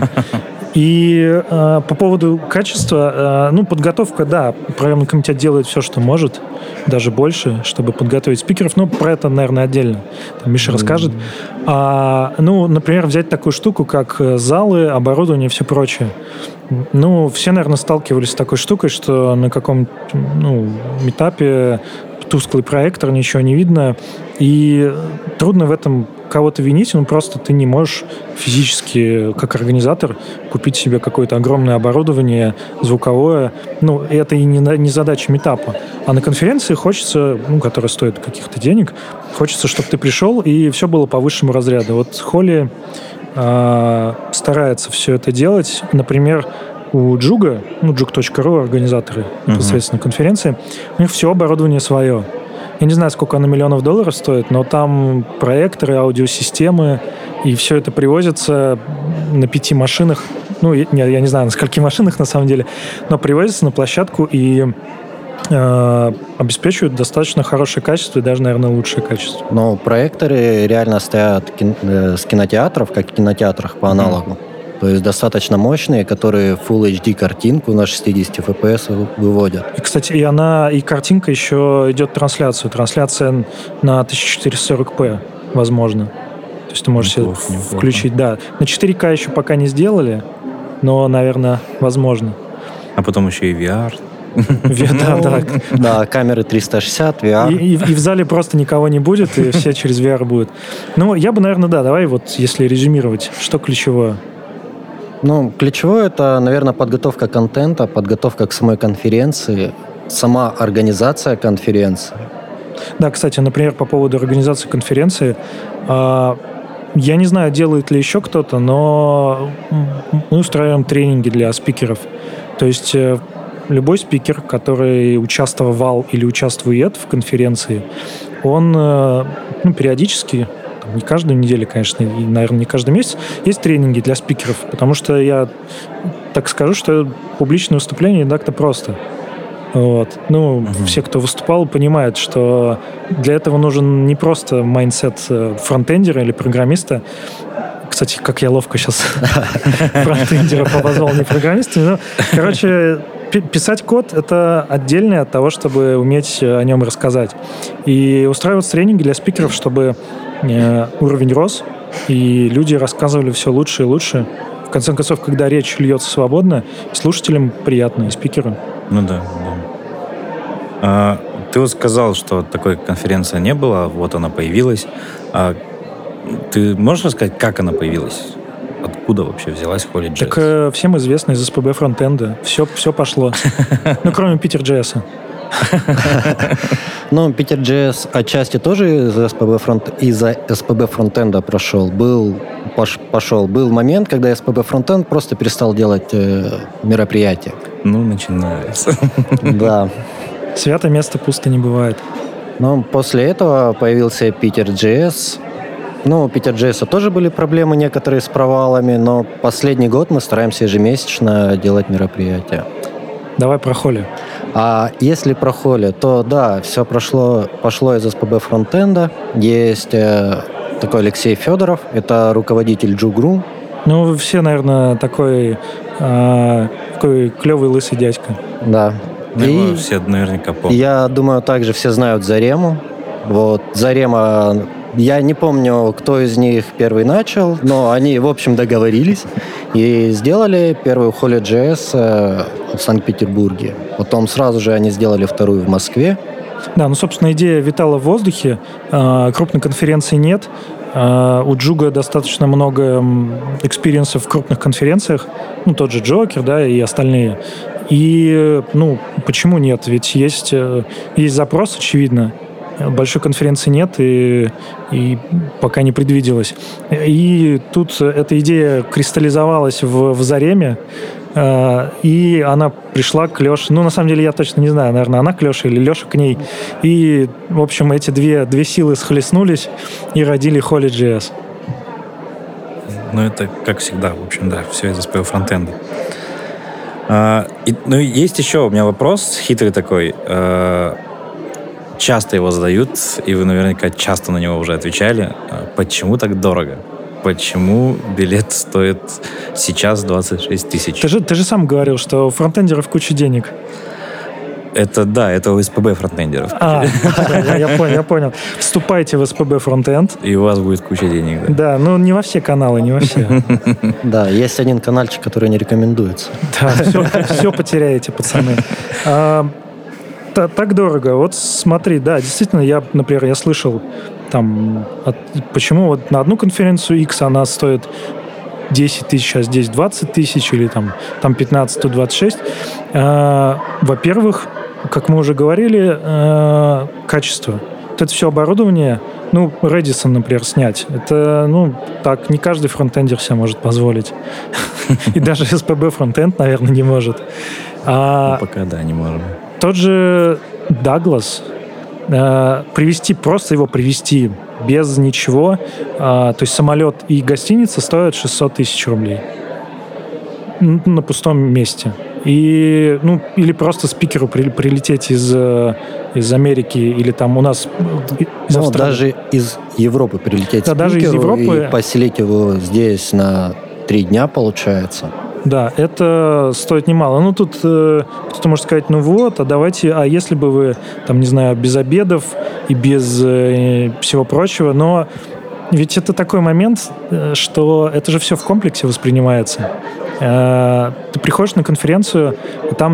И по поводу качества, подготовка, да, программный комитет делает все, что может, даже больше, чтобы подготовить спикеров, но про это, наверное, отдельно. Там Миша расскажет. Например, взять такую штуку, как залы, оборудование и все прочее. Все, наверное, сталкивались с такой штукой, что на каком-то этапе тусклый проектор, ничего не видно, и трудно в этом кого-то винить, просто ты не можешь физически, как организатор, купить себе какое-то огромное оборудование звуковое. Это и не задача митапа. А на конференции хочется, которая стоит каких-то денег, хочется, чтобы ты пришел, и все было по высшему разряду. Вот Холли старается все это делать. Например, у Джуга, jug.ru, организаторы непосредственно конференции, у них все оборудование свое. Я не знаю, сколько оно миллионов долларов стоит, но там проекторы, аудиосистемы, и все это привозится на 5 машинах. Я не знаю, на скольких машинах на самом деле, но привозится на площадку и обеспечивают достаточно хорошее качество и даже, наверное, лучшее качество. Но проекторы реально стоят с кинотеатров, как в кинотеатрах по аналогу. То есть достаточно мощные, которые Full HD картинку на 60 FPS выводят. И, кстати, и картинка еще идет трансляцию. Трансляция на 1440p, возможно. То есть ты можешь себе включить. Да. На 4К еще пока не сделали, но, наверное, возможно. А потом еще и VR. Да, камеры 360, VR. И в зале просто никого не будет, и все через VR будут. Я бы, наверное, давай если резюмировать, что ключевое? Ключевое – это, наверное, подготовка контента, подготовка к самой конференции, сама организация конференции. Да, кстати, например, по поводу организации конференции, я не знаю, делает ли еще кто-то, но мы устраиваем тренинги для спикеров. То есть любой спикер, который участвовал или участвует в конференции, он периодически, не каждую неделю, конечно, и, наверное, не каждый месяц, есть тренинги для спикеров, потому что я так скажу, что публичное выступление не так-то просто. Все, кто выступал, понимают, что для этого нужен не просто майндсет фронтендера или программиста. Кстати, как я ловко сейчас фронтендера обозвал, не программистами. Писать код — это отдельное от того, чтобы уметь о нем рассказать. И устраиваются тренинги для спикеров, чтобы уровень рос, и люди рассказывали все лучше и лучше. В конце концов, когда речь льется свободно, слушателям приятно, и спикеру. Да. Ты сказал, что такой конференции не было, вот она появилась. Ты можешь рассказать, как она появилась? Откуда вообще взялась Holy.js? Так всем известно из СПБ фронтенда. Все пошло. Кроме Питер.js. Питер.js отчасти тоже из-за СПБ фронтенда пошел. Был момент, когда СПБ фронтенд просто перестал делать мероприятия. Начинается. Да. Святое место пусто не бывает. Но после этого появился Питер.js. У Питер.js тоже были проблемы некоторые с провалами, но последний год мы стараемся ежемесячно делать мероприятия. Давай про Холли. А если про Холли, то да, все пошло из СПБ фронтенда. Есть такой Алексей Федоров, это руководитель Jug.ru. Все, наверное, такой клевый лысый дядька. Да. И все наверняка помнят. Я думаю, также все знают Зарему. Зарема, я не помню, кто из них первый начал, но они, в общем, договорились и сделали первую Holy.js в Санкт-Петербурге. Потом сразу же они сделали вторую в Москве. Да, собственно, идея витала в воздухе. Крупной конференции нет. У Джуга достаточно много экспириенсов в крупных конференциях. Тот же Джокер, да, и остальные. И, почему нет? Ведь есть запрос, очевидно. Большой конференции нет, и пока не предвиделось. И тут эта идея кристаллизовалась в Зареме, и она пришла к Леше. На самом деле, я точно не знаю, наверное, она к Леше или Леша к ней. И, в общем, эти две силы схлестнулись и родили Holy.js. Это, как всегда, в общем, да, все из SPO фронтенда. Есть еще у меня вопрос хитрый такой. Часто его задают, и вы наверняка часто на него уже отвечали. Почему так дорого? Почему билет стоит сейчас 26 тысяч? Ты же сам говорил, что у фронтендеров куча денег. Это у СПБ фронтендеров. Я понял. Вступайте в СПБ фронтенд. И у вас будет куча денег. Да, не во все каналы, не во все. Да, есть один канальчик, который не рекомендуется. Да, все потеряете, пацаны. Так дорого. Вот смотри, да, действительно, я слышал почему на одну конференцию X она стоит 10 тысяч, а здесь 20 тысяч, или там 15, тут 26. Во-первых, как мы уже говорили, качество. Вот это все оборудование, Redison, например, снять. Это, так, не каждый фронтендер себе может позволить. И даже SPB фронтенд, наверное, не может. Пока, да, не можем. Тот же Douglas, просто его привезти без ничего, то есть самолет и гостиница стоят 600 тысяч рублей на пустом месте. И, или просто спикеру прилететь из Америки, или там у нас из Австралии. Даже из Европы прилететь спикеру, даже из Европы, и поселить его здесь на 3 дня, получается. Да, это стоит немало. Тут кто-то может сказать, а если бы вы, без обедов и без всего прочего, но ведь это такой момент, что это же все в комплексе воспринимается. Ты приходишь на конференцию, и там,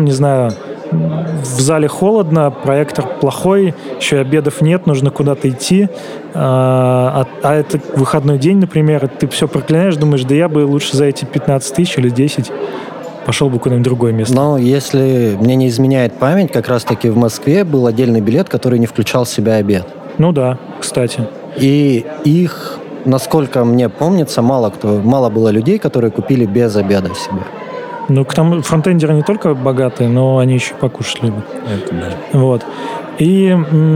в зале холодно, проектор плохой, еще и обедов нет, нужно куда-то идти. А это выходной день, например, и ты все проклинаешь, думаешь, да я бы лучше за эти 15 тысяч или 10 пошел бы куда-нибудь в другое место. Но если мне не изменяет память, как раз-таки в Москве был отдельный билет, который не включал в себя обед. Да, кстати. И их, насколько мне помнится, мало было людей, которые купили без обеда себе. К тому фронтендеры не только богатые, но они еще и покушать любят. Это да. Вот. И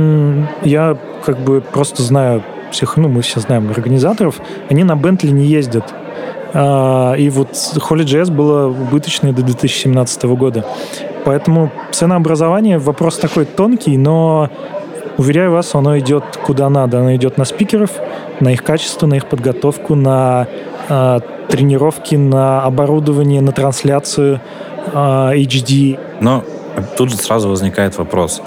я просто знаю всех, мы все знаем организаторов, они на Bentley не ездят. И вот Holy.js было убыточное до 2017 года. Поэтому ценообразование вопрос такой тонкий, но, уверяю вас, оно идет куда надо. Оно идет на спикеров, на их качество, на их подготовку, на тренировки, на оборудование, на трансляцию HD. Но тут же сразу возникает вопрос.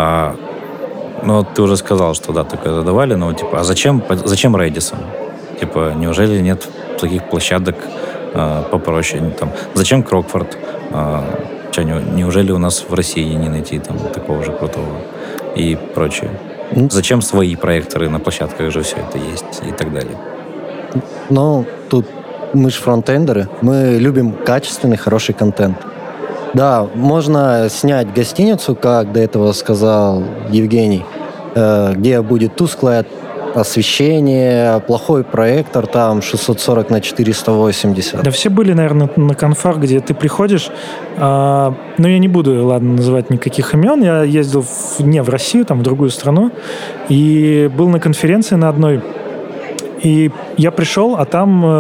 Ты уже сказал, что да, такое задавали, а зачем Redison? Неужели нет таких площадок попроще? Зачем Крокфорд? Неужели у нас в России не найти такого же крутого? И прочее. Зачем свои проекторы на площадках же все это есть и так далее? Тут мы же фронтендеры, мы любим качественный, хороший контент. Да, можно снять гостиницу, как до этого сказал Евгений, где будет тусклое освещение, плохой проектор, 640 на 480. Да все были, наверное, на конфах, где ты приходишь, я не буду, называть никаких имен, я ездил не в Россию, в другую страну, и был на конференции на одной, и я пришел, а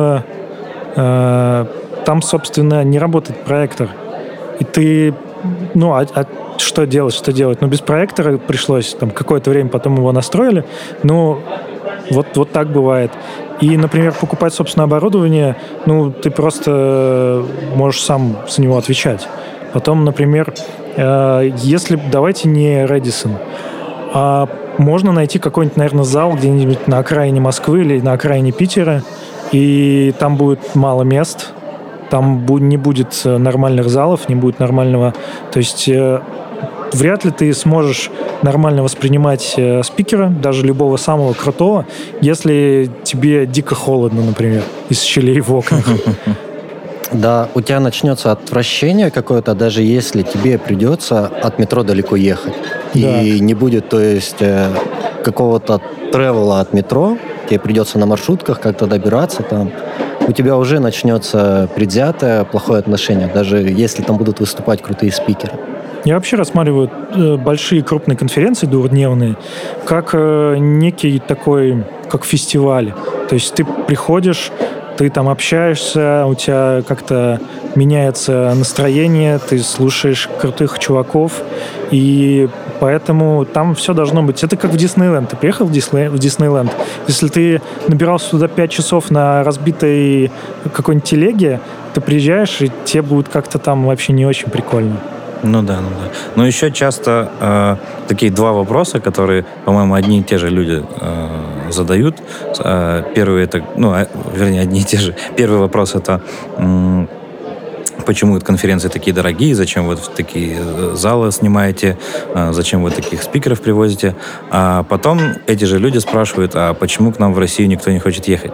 там, собственно, не работает проектор. И ты, что делать? Без проектора пришлось, какое-то время потом его настроили. Вот так бывает. И, например, покупать собственное оборудование, ты просто можешь сам за него отвечать. Потом, например, давайте не Redison, а можно найти какой-нибудь, наверное, зал где-нибудь на окраине Москвы или на окраине Питера, и там будет мало мест, там не будет нормальных залов, не будет нормального... То есть вряд ли ты сможешь нормально воспринимать спикера, даже любого самого крутого, если тебе дико холодно, например, из щелей в окнах. Да, у тебя начнется отвращение какое-то, даже если тебе придется от метро далеко ехать. Да. И не будет, то есть, какого-то тревела от метро, тебе придется на маршрутках как-то добираться там. У тебя уже начнется предвзятое плохое отношение, даже если там будут выступать крутые спикеры. Я вообще рассматриваю большие крупные конференции двухдневные как некий такой, как фестиваль. То есть ты приходишь, ты там общаешься, у тебя как-то меняется настроение, ты слушаешь крутых чуваков, и поэтому там все должно быть. Это как в Диснейленд. Ты приехал в Диснейленд. Если ты набирался туда 5 часов на разбитой какой-нибудь телеге, ты приезжаешь, и тебе будет как-то там вообще не очень прикольно. Ну да. Но еще часто такие два вопроса, которые, по-моему, одни и те же люди задают. Первый это, одни и те же. Первый вопрос это почему конференции такие дорогие, зачем вы такие залы снимаете, зачем вы таких спикеров привозите. А потом эти же люди спрашивают, а почему к нам в Россию никто не хочет ехать?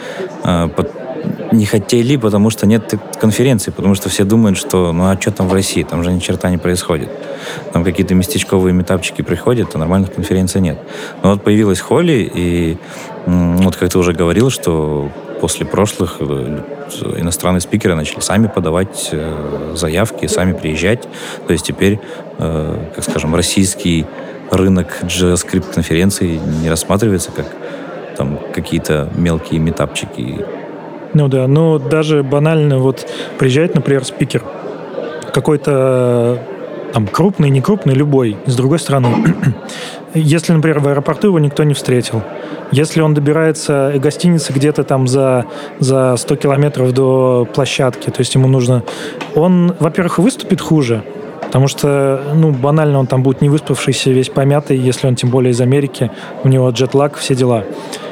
Не хотели, потому что нет конференции, потому что все думают, что а что там в России, там же ни черта не происходит. Там какие-то местечковые метапчики приходят, а нормальных конференций нет. Но вот появилась Холли, и вот как ты уже говорил, что после прошлых иностранные спикеры начали сами подавать заявки, сами приезжать. То есть теперь, российский рынок JavaScript-конференций не рассматривается как там какие-то мелкие метапчики. Ну да, даже банально приезжает, например, спикер какой-то там крупный, не крупный, любой, с другой стороны. Если, например, в аэропорту его никто не встретил, если он добирается в гостинице где-то там за 100 километров до площадки, то есть ему нужно... Он, во-первых, выступит хуже, потому что, банально он там будет не выспавшийся, весь помятый, если он тем более из Америки, у него джетлаг, все дела.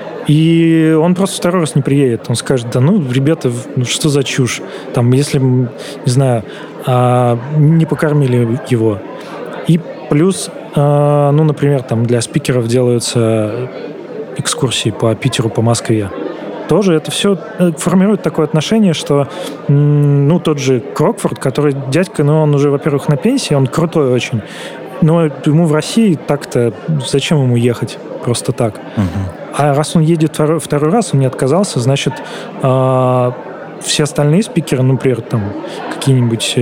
И он просто второй раз не приедет. Он скажет, ребята, что за чушь? Там, если, не знаю, не покормили его. И плюс, например, там для спикеров делаются экскурсии по Питеру, по Москве. Тоже это все формирует такое отношение, что, тот же Крокфорд, который дядька, он уже, во-первых, на пенсии, он крутой очень. Но ему в России так-то, зачем ему ехать просто так? А раз он едет второй раз, он не отказался, значит, все остальные спикеры, например, там какие-нибудь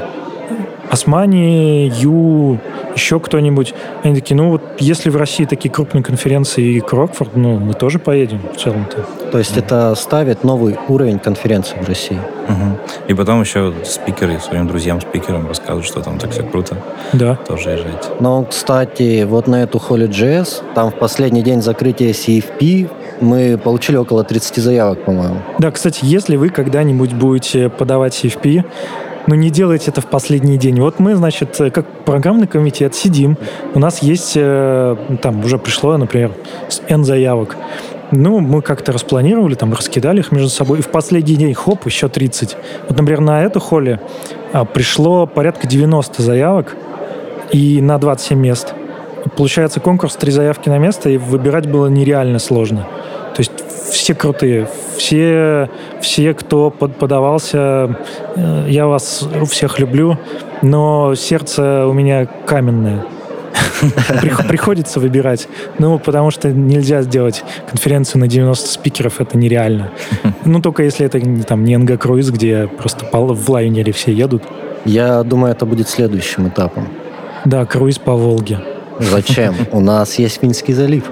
Османи, еще кто-нибудь, они такие, если в России такие крупные конференции и Крокфорд, мы тоже поедем в целом-то. То есть это ставит новый уровень конференции в России. Угу. И потом еще спикеры своим друзьям-спикерам рассказывают, что там так все круто. Да. Тоже езжайте. Но, кстати, на эту Holy.js, там в последний день закрытия CFP мы получили около 30 заявок, по-моему. Да, кстати, если вы когда-нибудь будете подавать CFP, не делайте это в последний день. Мы, значит, как программный комитет сидим, у нас есть, там уже пришло, например, N заявок. Мы как-то распланировали, там, раскидали их между собой, и в последний день, хоп, еще 30. Например, на эту холле пришло порядка 90 заявок и на 27 мест. Получается, конкурс 3 заявки на место, и выбирать было нереально сложно. То есть все крутые, все, кто подавался, я вас всех люблю, но сердце у меня каменное. Приходится выбирать. Потому что нельзя сделать конференцию на 90 спикеров, это нереально. Только если это там не НГ-круиз, где просто в лайнере все едут. Я думаю, это будет следующим этапом. Да, круиз по Волге. Зачем? У нас есть Финский залив.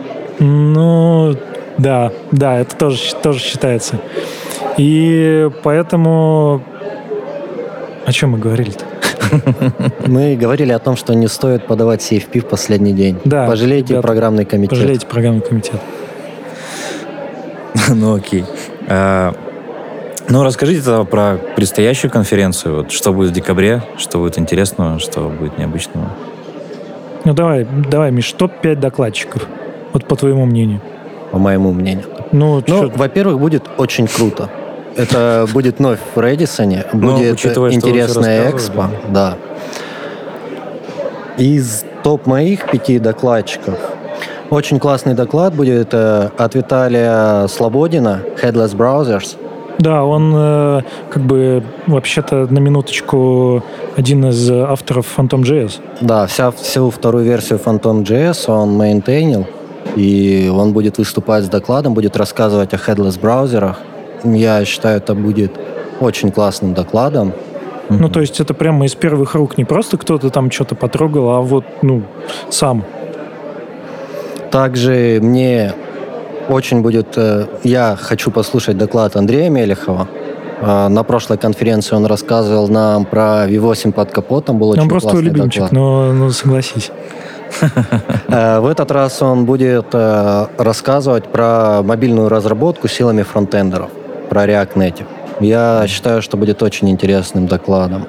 Да, это тоже считается. И поэтому... О чем мы говорили-то? Мы говорили о том, что не стоит подавать CFP в последний день. Да, пожалейте ребята, программный комитет. Пожалейте программный комитет. Окей. Расскажите тогда про предстоящую конференцию. Что будет в декабре, что будет интересного, что будет необычного. Давай, Миш, топ-5 докладчиков. По твоему мнению. По моему мнению. Во-первых, будет очень круто. Это будет вновь в Редисоне, будет интересная экспо. Да. Из топ моих 5 докладчиков очень классный доклад будет от Виталия Слободина, Headless Browsers. Да, он как бы вообще-то на минуточку один из авторов Phantom.js. Да, всю вторую версию Phantom.js он мейнтейнил, и он будет выступать с докладом, будет рассказывать о headless браузерах. Я считаю, это будет очень классным докладом. Ну, то есть это прямо из первых рук, не просто кто-то там что-то потрогал, а вот, сам. Также мне очень будет... Я хочу послушать доклад Андрея Мелехова. На прошлой конференции он рассказывал нам про V8 под капотом. Был очень Он просто классный любимчик, доклад. но согласись. В этот раз он будет рассказывать про мобильную разработку силами фронтендеров, про React Native. Я считаю, что будет очень интересным докладом.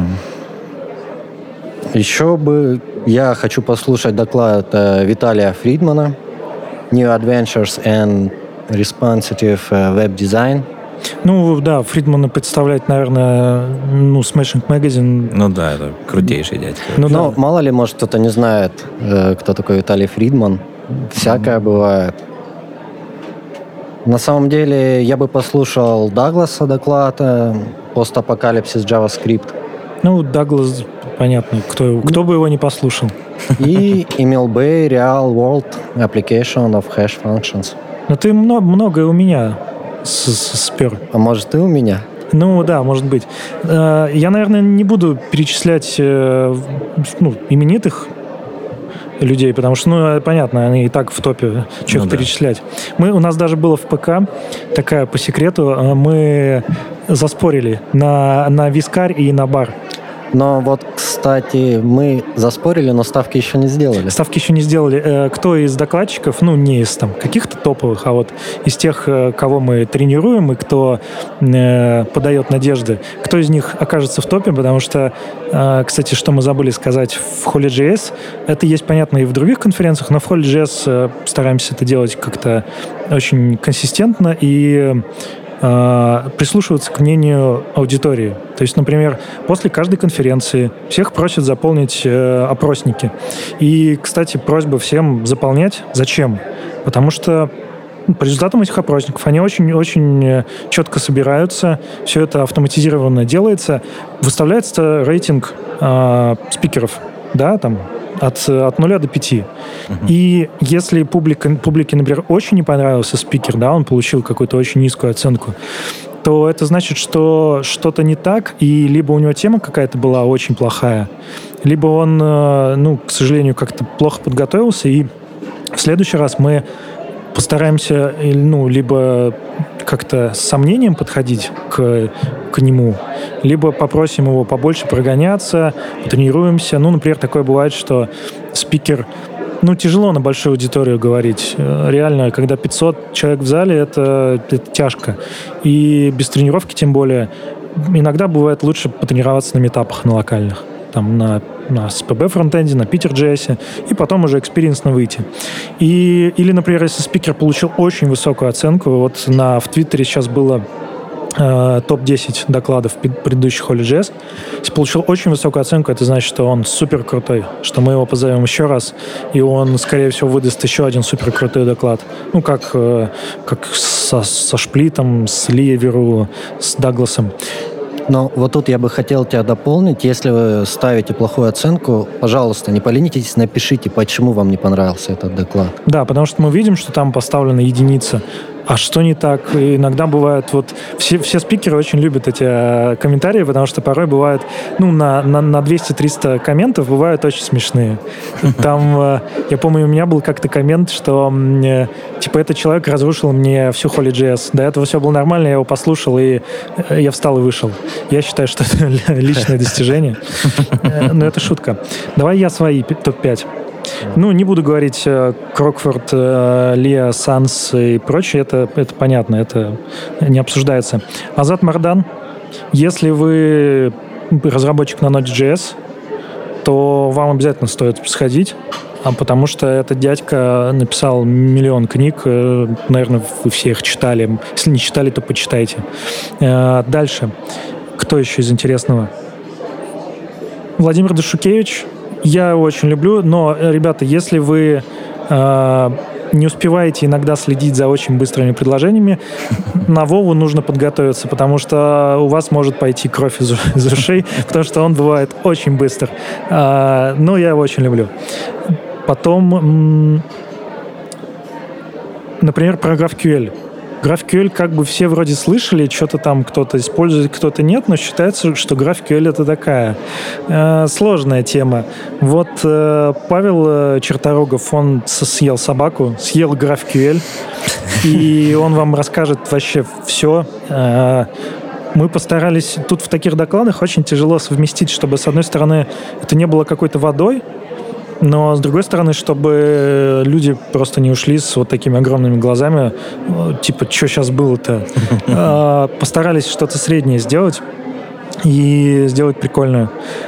Еще бы я хочу послушать доклад Виталия Фридмана New Adventures and Responsive Web Design. Ну, да, Фридмана представляет, наверное, Smashing Magazine. Ну да, это крутейший дядька. Но мало ли, может, кто-то не знает, кто такой Виталий Фридман. Всякое бывает. На самом деле, я бы послушал Дагласа доклад «Постапокалипсис JavaScript». Ну, Даглас, понятно, кто бы его не послушал. И Emil Bay Real World Application of Hash Functions. Но ты многое у меня спер. А может, ты у меня? Ну, да, может быть. Я, наверное, не буду перечислять именитых людей, потому что, понятно, они и так в топе, что их перечислять. У нас даже было в ПК, такая по секрету, мы заспорили на вискарь и на бар. Но вот, кстати, мы заспорили, но ставки еще не сделали. Ставки еще не сделали. Кто из докладчиков, не из каких-то топовых, а вот из тех, кого мы тренируем и кто подает надежды, кто из них окажется в топе, потому что, кстати, что мы забыли сказать в Holy.js, это есть, понятно, и в других конференциях, но в Holy.js стараемся это делать как-то очень консистентно и прислушиваться к мнению аудитории. То есть, например, после каждой конференции всех просят заполнить опросники. И, кстати, просьба всем заполнять. Зачем? Потому что по результатам этих опросников они очень-очень четко собираются, все это автоматизированно делается, выставляется рейтинг спикеров, да, там, от 0 до 5. И если публике, например, очень не понравился спикер, да, он получил какую-то очень низкую оценку, то это значит, что что-то не так, и либо у него тема какая-то была очень плохая, либо он, к сожалению, как-то плохо подготовился, и в следующий раз мы постараемся, либо как-то с сомнением подходить к нему, либо попросим его побольше прогоняться, тренируемся. Например, такое бывает, что спикер... тяжело на большую аудиторию говорить. Реально, когда 500 человек в зале, это тяжко. И без тренировки тем более. Иногда бывает лучше потренироваться на митапах, на локальных. Там на SPB фронтенде, на Питер.js, и потом уже экспириенсно выйти. Или, например, если спикер получил очень высокую оценку, вот в Твиттере сейчас было топ-10 докладов предыдущих Holy.js. Если получил очень высокую оценку, это значит, что он супер крутой, что мы его позовем еще раз, и он, скорее всего, выдаст еще один супер крутой доклад. Как со Шплитом, с Ливеру, с Дагласом. Но вот тут я бы хотел тебя дополнить. Если вы ставите плохую оценку, пожалуйста, не поленитесь, напишите, почему вам не понравился этот доклад. Да, потому что мы видим, что там поставлена единица. А что не так? И иногда бывает, все спикеры очень любят эти комментарии, потому что порой бывает, на 200-300 комментов бывают очень смешные. Там, я помню, у меня был как-то коммент, что этот человек разрушил мне всю Holy.js. До этого все было нормально, я его послушал, и я встал и вышел. Я считаю, что это личное достижение. Но это шутка. Давай я свои топ-5. Не буду говорить Крокфорд, Лиа, Санс и прочее, это понятно, это не обсуждается. Азат Мардан, если вы разработчик на Node.js, то вам обязательно стоит сходить, потому что этот дядька написал миллион книг, наверное, вы все их читали. Если не читали, то почитайте. Дальше. Кто еще из интересного? Владимир Дашукевич. Я его очень люблю, но, ребята, если вы не успеваете иногда следить за очень быстрыми предложениями, на Вову нужно подготовиться, потому что у вас может пойти кровь из ушей, потому что он бывает очень быстр. Но я его очень люблю. Потом, например, про GraphQL. GraphQL как бы все вроде слышали, что-то там кто-то использует, кто-то нет, но считается, что GraphQL это такая сложная тема. Вот Павел Черторогов, он съел собаку, съел GraphQL, и он вам расскажет вообще все. Мы постарались, тут в таких докладах очень тяжело совместить, чтобы, с одной стороны, это не было какой-то водой, но, с другой стороны, чтобы люди просто не ушли с вот такими огромными глазами, типа, что сейчас было-то? Постарались что-то среднее сделать и сделать прикольное.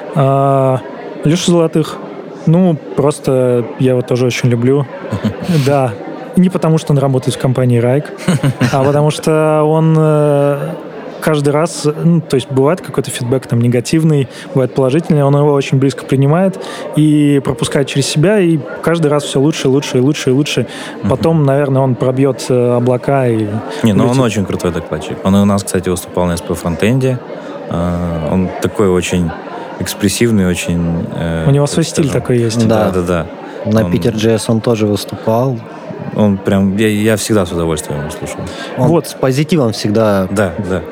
Леша Золотых, просто я его тоже очень люблю. Да, не потому, что он работает в компании Райк, а потому что он... каждый раз, то есть бывает какой-то фидбэк там негативный, бывает положительный, он его очень близко принимает и пропускает через себя, и каждый раз все лучше, лучше, лучше, лучше. Потом, наверное, он пробьет облака и... он очень крутой докладчик. Он у нас, кстати, выступал на SP фронтенде. Он такой очень экспрессивный, очень... У него свой стиль такой есть. Да. На Он... Peter.js он тоже выступал. Он прям... Я всегда с удовольствием его слушаю. Он с позитивом всегда... Да.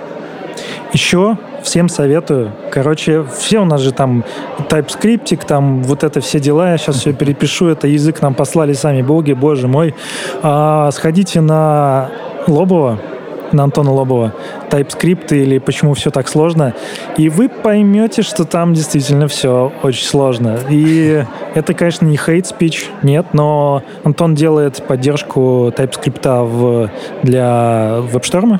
Еще всем советую. Короче, все у нас же там TypeScript, там вот это все дела. Я сейчас все перепишу. Это язык нам послали сами боги, боже мой. Сходите на Лобова, на Антона Лобова, TypeScript или почему все так сложно, и вы поймете, что там действительно все очень сложно. И это, конечно, не hate speech, нет, но Антон делает поддержку TypeScript для WebStorm.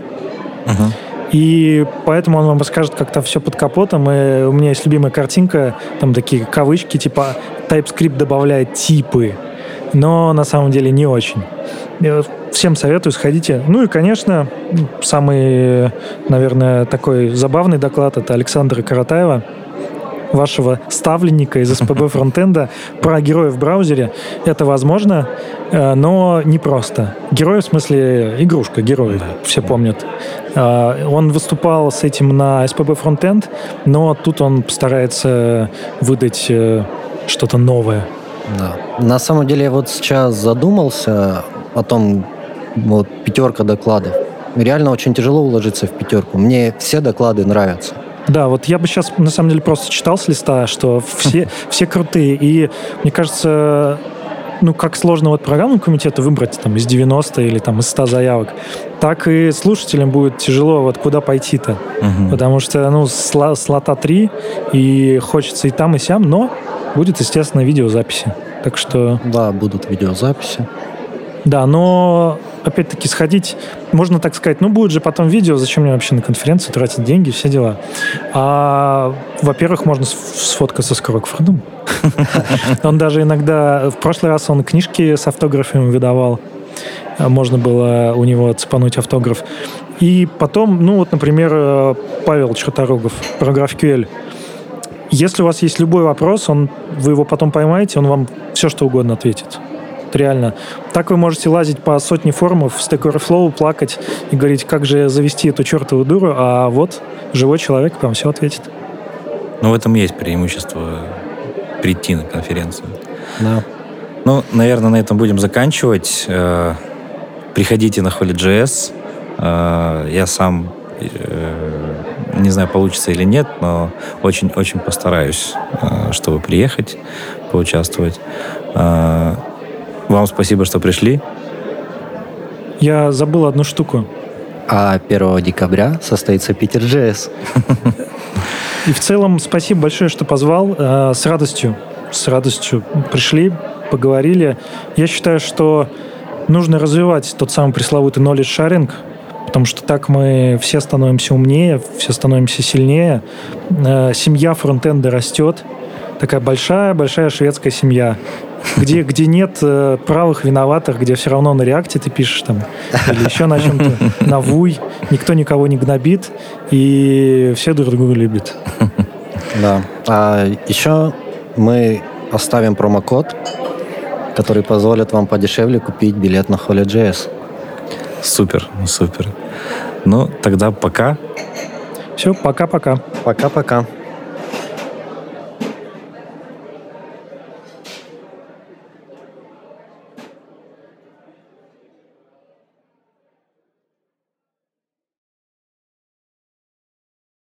И поэтому он вам расскажет, как там все под капотом. И у меня есть любимая картинка, там такие кавычки, типа TypeScript добавляет типы, но на самом деле не очень. Всем советую, сходите. И, конечно, самый, наверное, такой забавный доклад — это Александра Каратаева, вашего ставленника из СПБ фронтенда, про героев в браузере. Это возможно, но не просто. Герой, в смысле, игрушка, герой, все помнят. Он выступал с этим на СПБ фронтенд, но тут он постарается выдать что-то новое. Да. На самом деле я вот сейчас задумался о том, 5 докладов. Реально очень тяжело уложиться в 5. Мне все доклады нравятся. Да, вот я бы сейчас, на самом деле, просто читал с листа, что все крутые. И мне кажется, как сложно программному комитету выбрать там из 90 или там из 100 заявок, так и слушателям будет тяжело куда пойти-то. Потому что, слота 3, и хочется и там, и сям, но будет, естественно, видеозаписи. Так что... Да, будут видеозаписи. Да, но, опять-таки, сходить, можно так сказать, будет же потом видео, зачем мне вообще на конференцию тратить деньги, все дела. Во-первых, можно сфоткаться с Крокфордом. Он даже иногда, в прошлый раз он книжки с автографами выдавал, можно было у него цепануть автограф. И потом, например, Павел Черторогов про GraphQL. Если у вас есть любой вопрос, вы его потом поймаете, он вам все что угодно ответит. Реально. Так вы можете лазить по сотне форумов в Stack Overflow, плакать и говорить, как же завести эту чертову дуру, а вот живой человек вам все ответит. В этом есть преимущество прийти на конференцию. Да. Наверное, на этом будем заканчивать. Приходите на Holy.js. Я сам не знаю, получится или нет, но очень-очень постараюсь, чтобы приехать, поучаствовать. Вам спасибо, что пришли. Я забыл одну штуку. 1 декабря состоится Peter.js. И в целом спасибо большое, что позвал. С радостью пришли, поговорили. Я считаю, что нужно развивать тот самый пресловутый knowledge sharing, потому что так мы все становимся умнее, все становимся сильнее. Семья фронтенда растет. Такая большая-большая шведская семья, где нет правых виноватых, где все равно на реакте ты пишешь там, или еще на чем-то, на вуй, никто никого не гнобит, и все друг друга любят. Да. А еще мы оставим промокод которые позволят вам подешевле купить билет на Holy.js. Супер. Ну, тогда пока. Все, пока-пока. Пока-пока.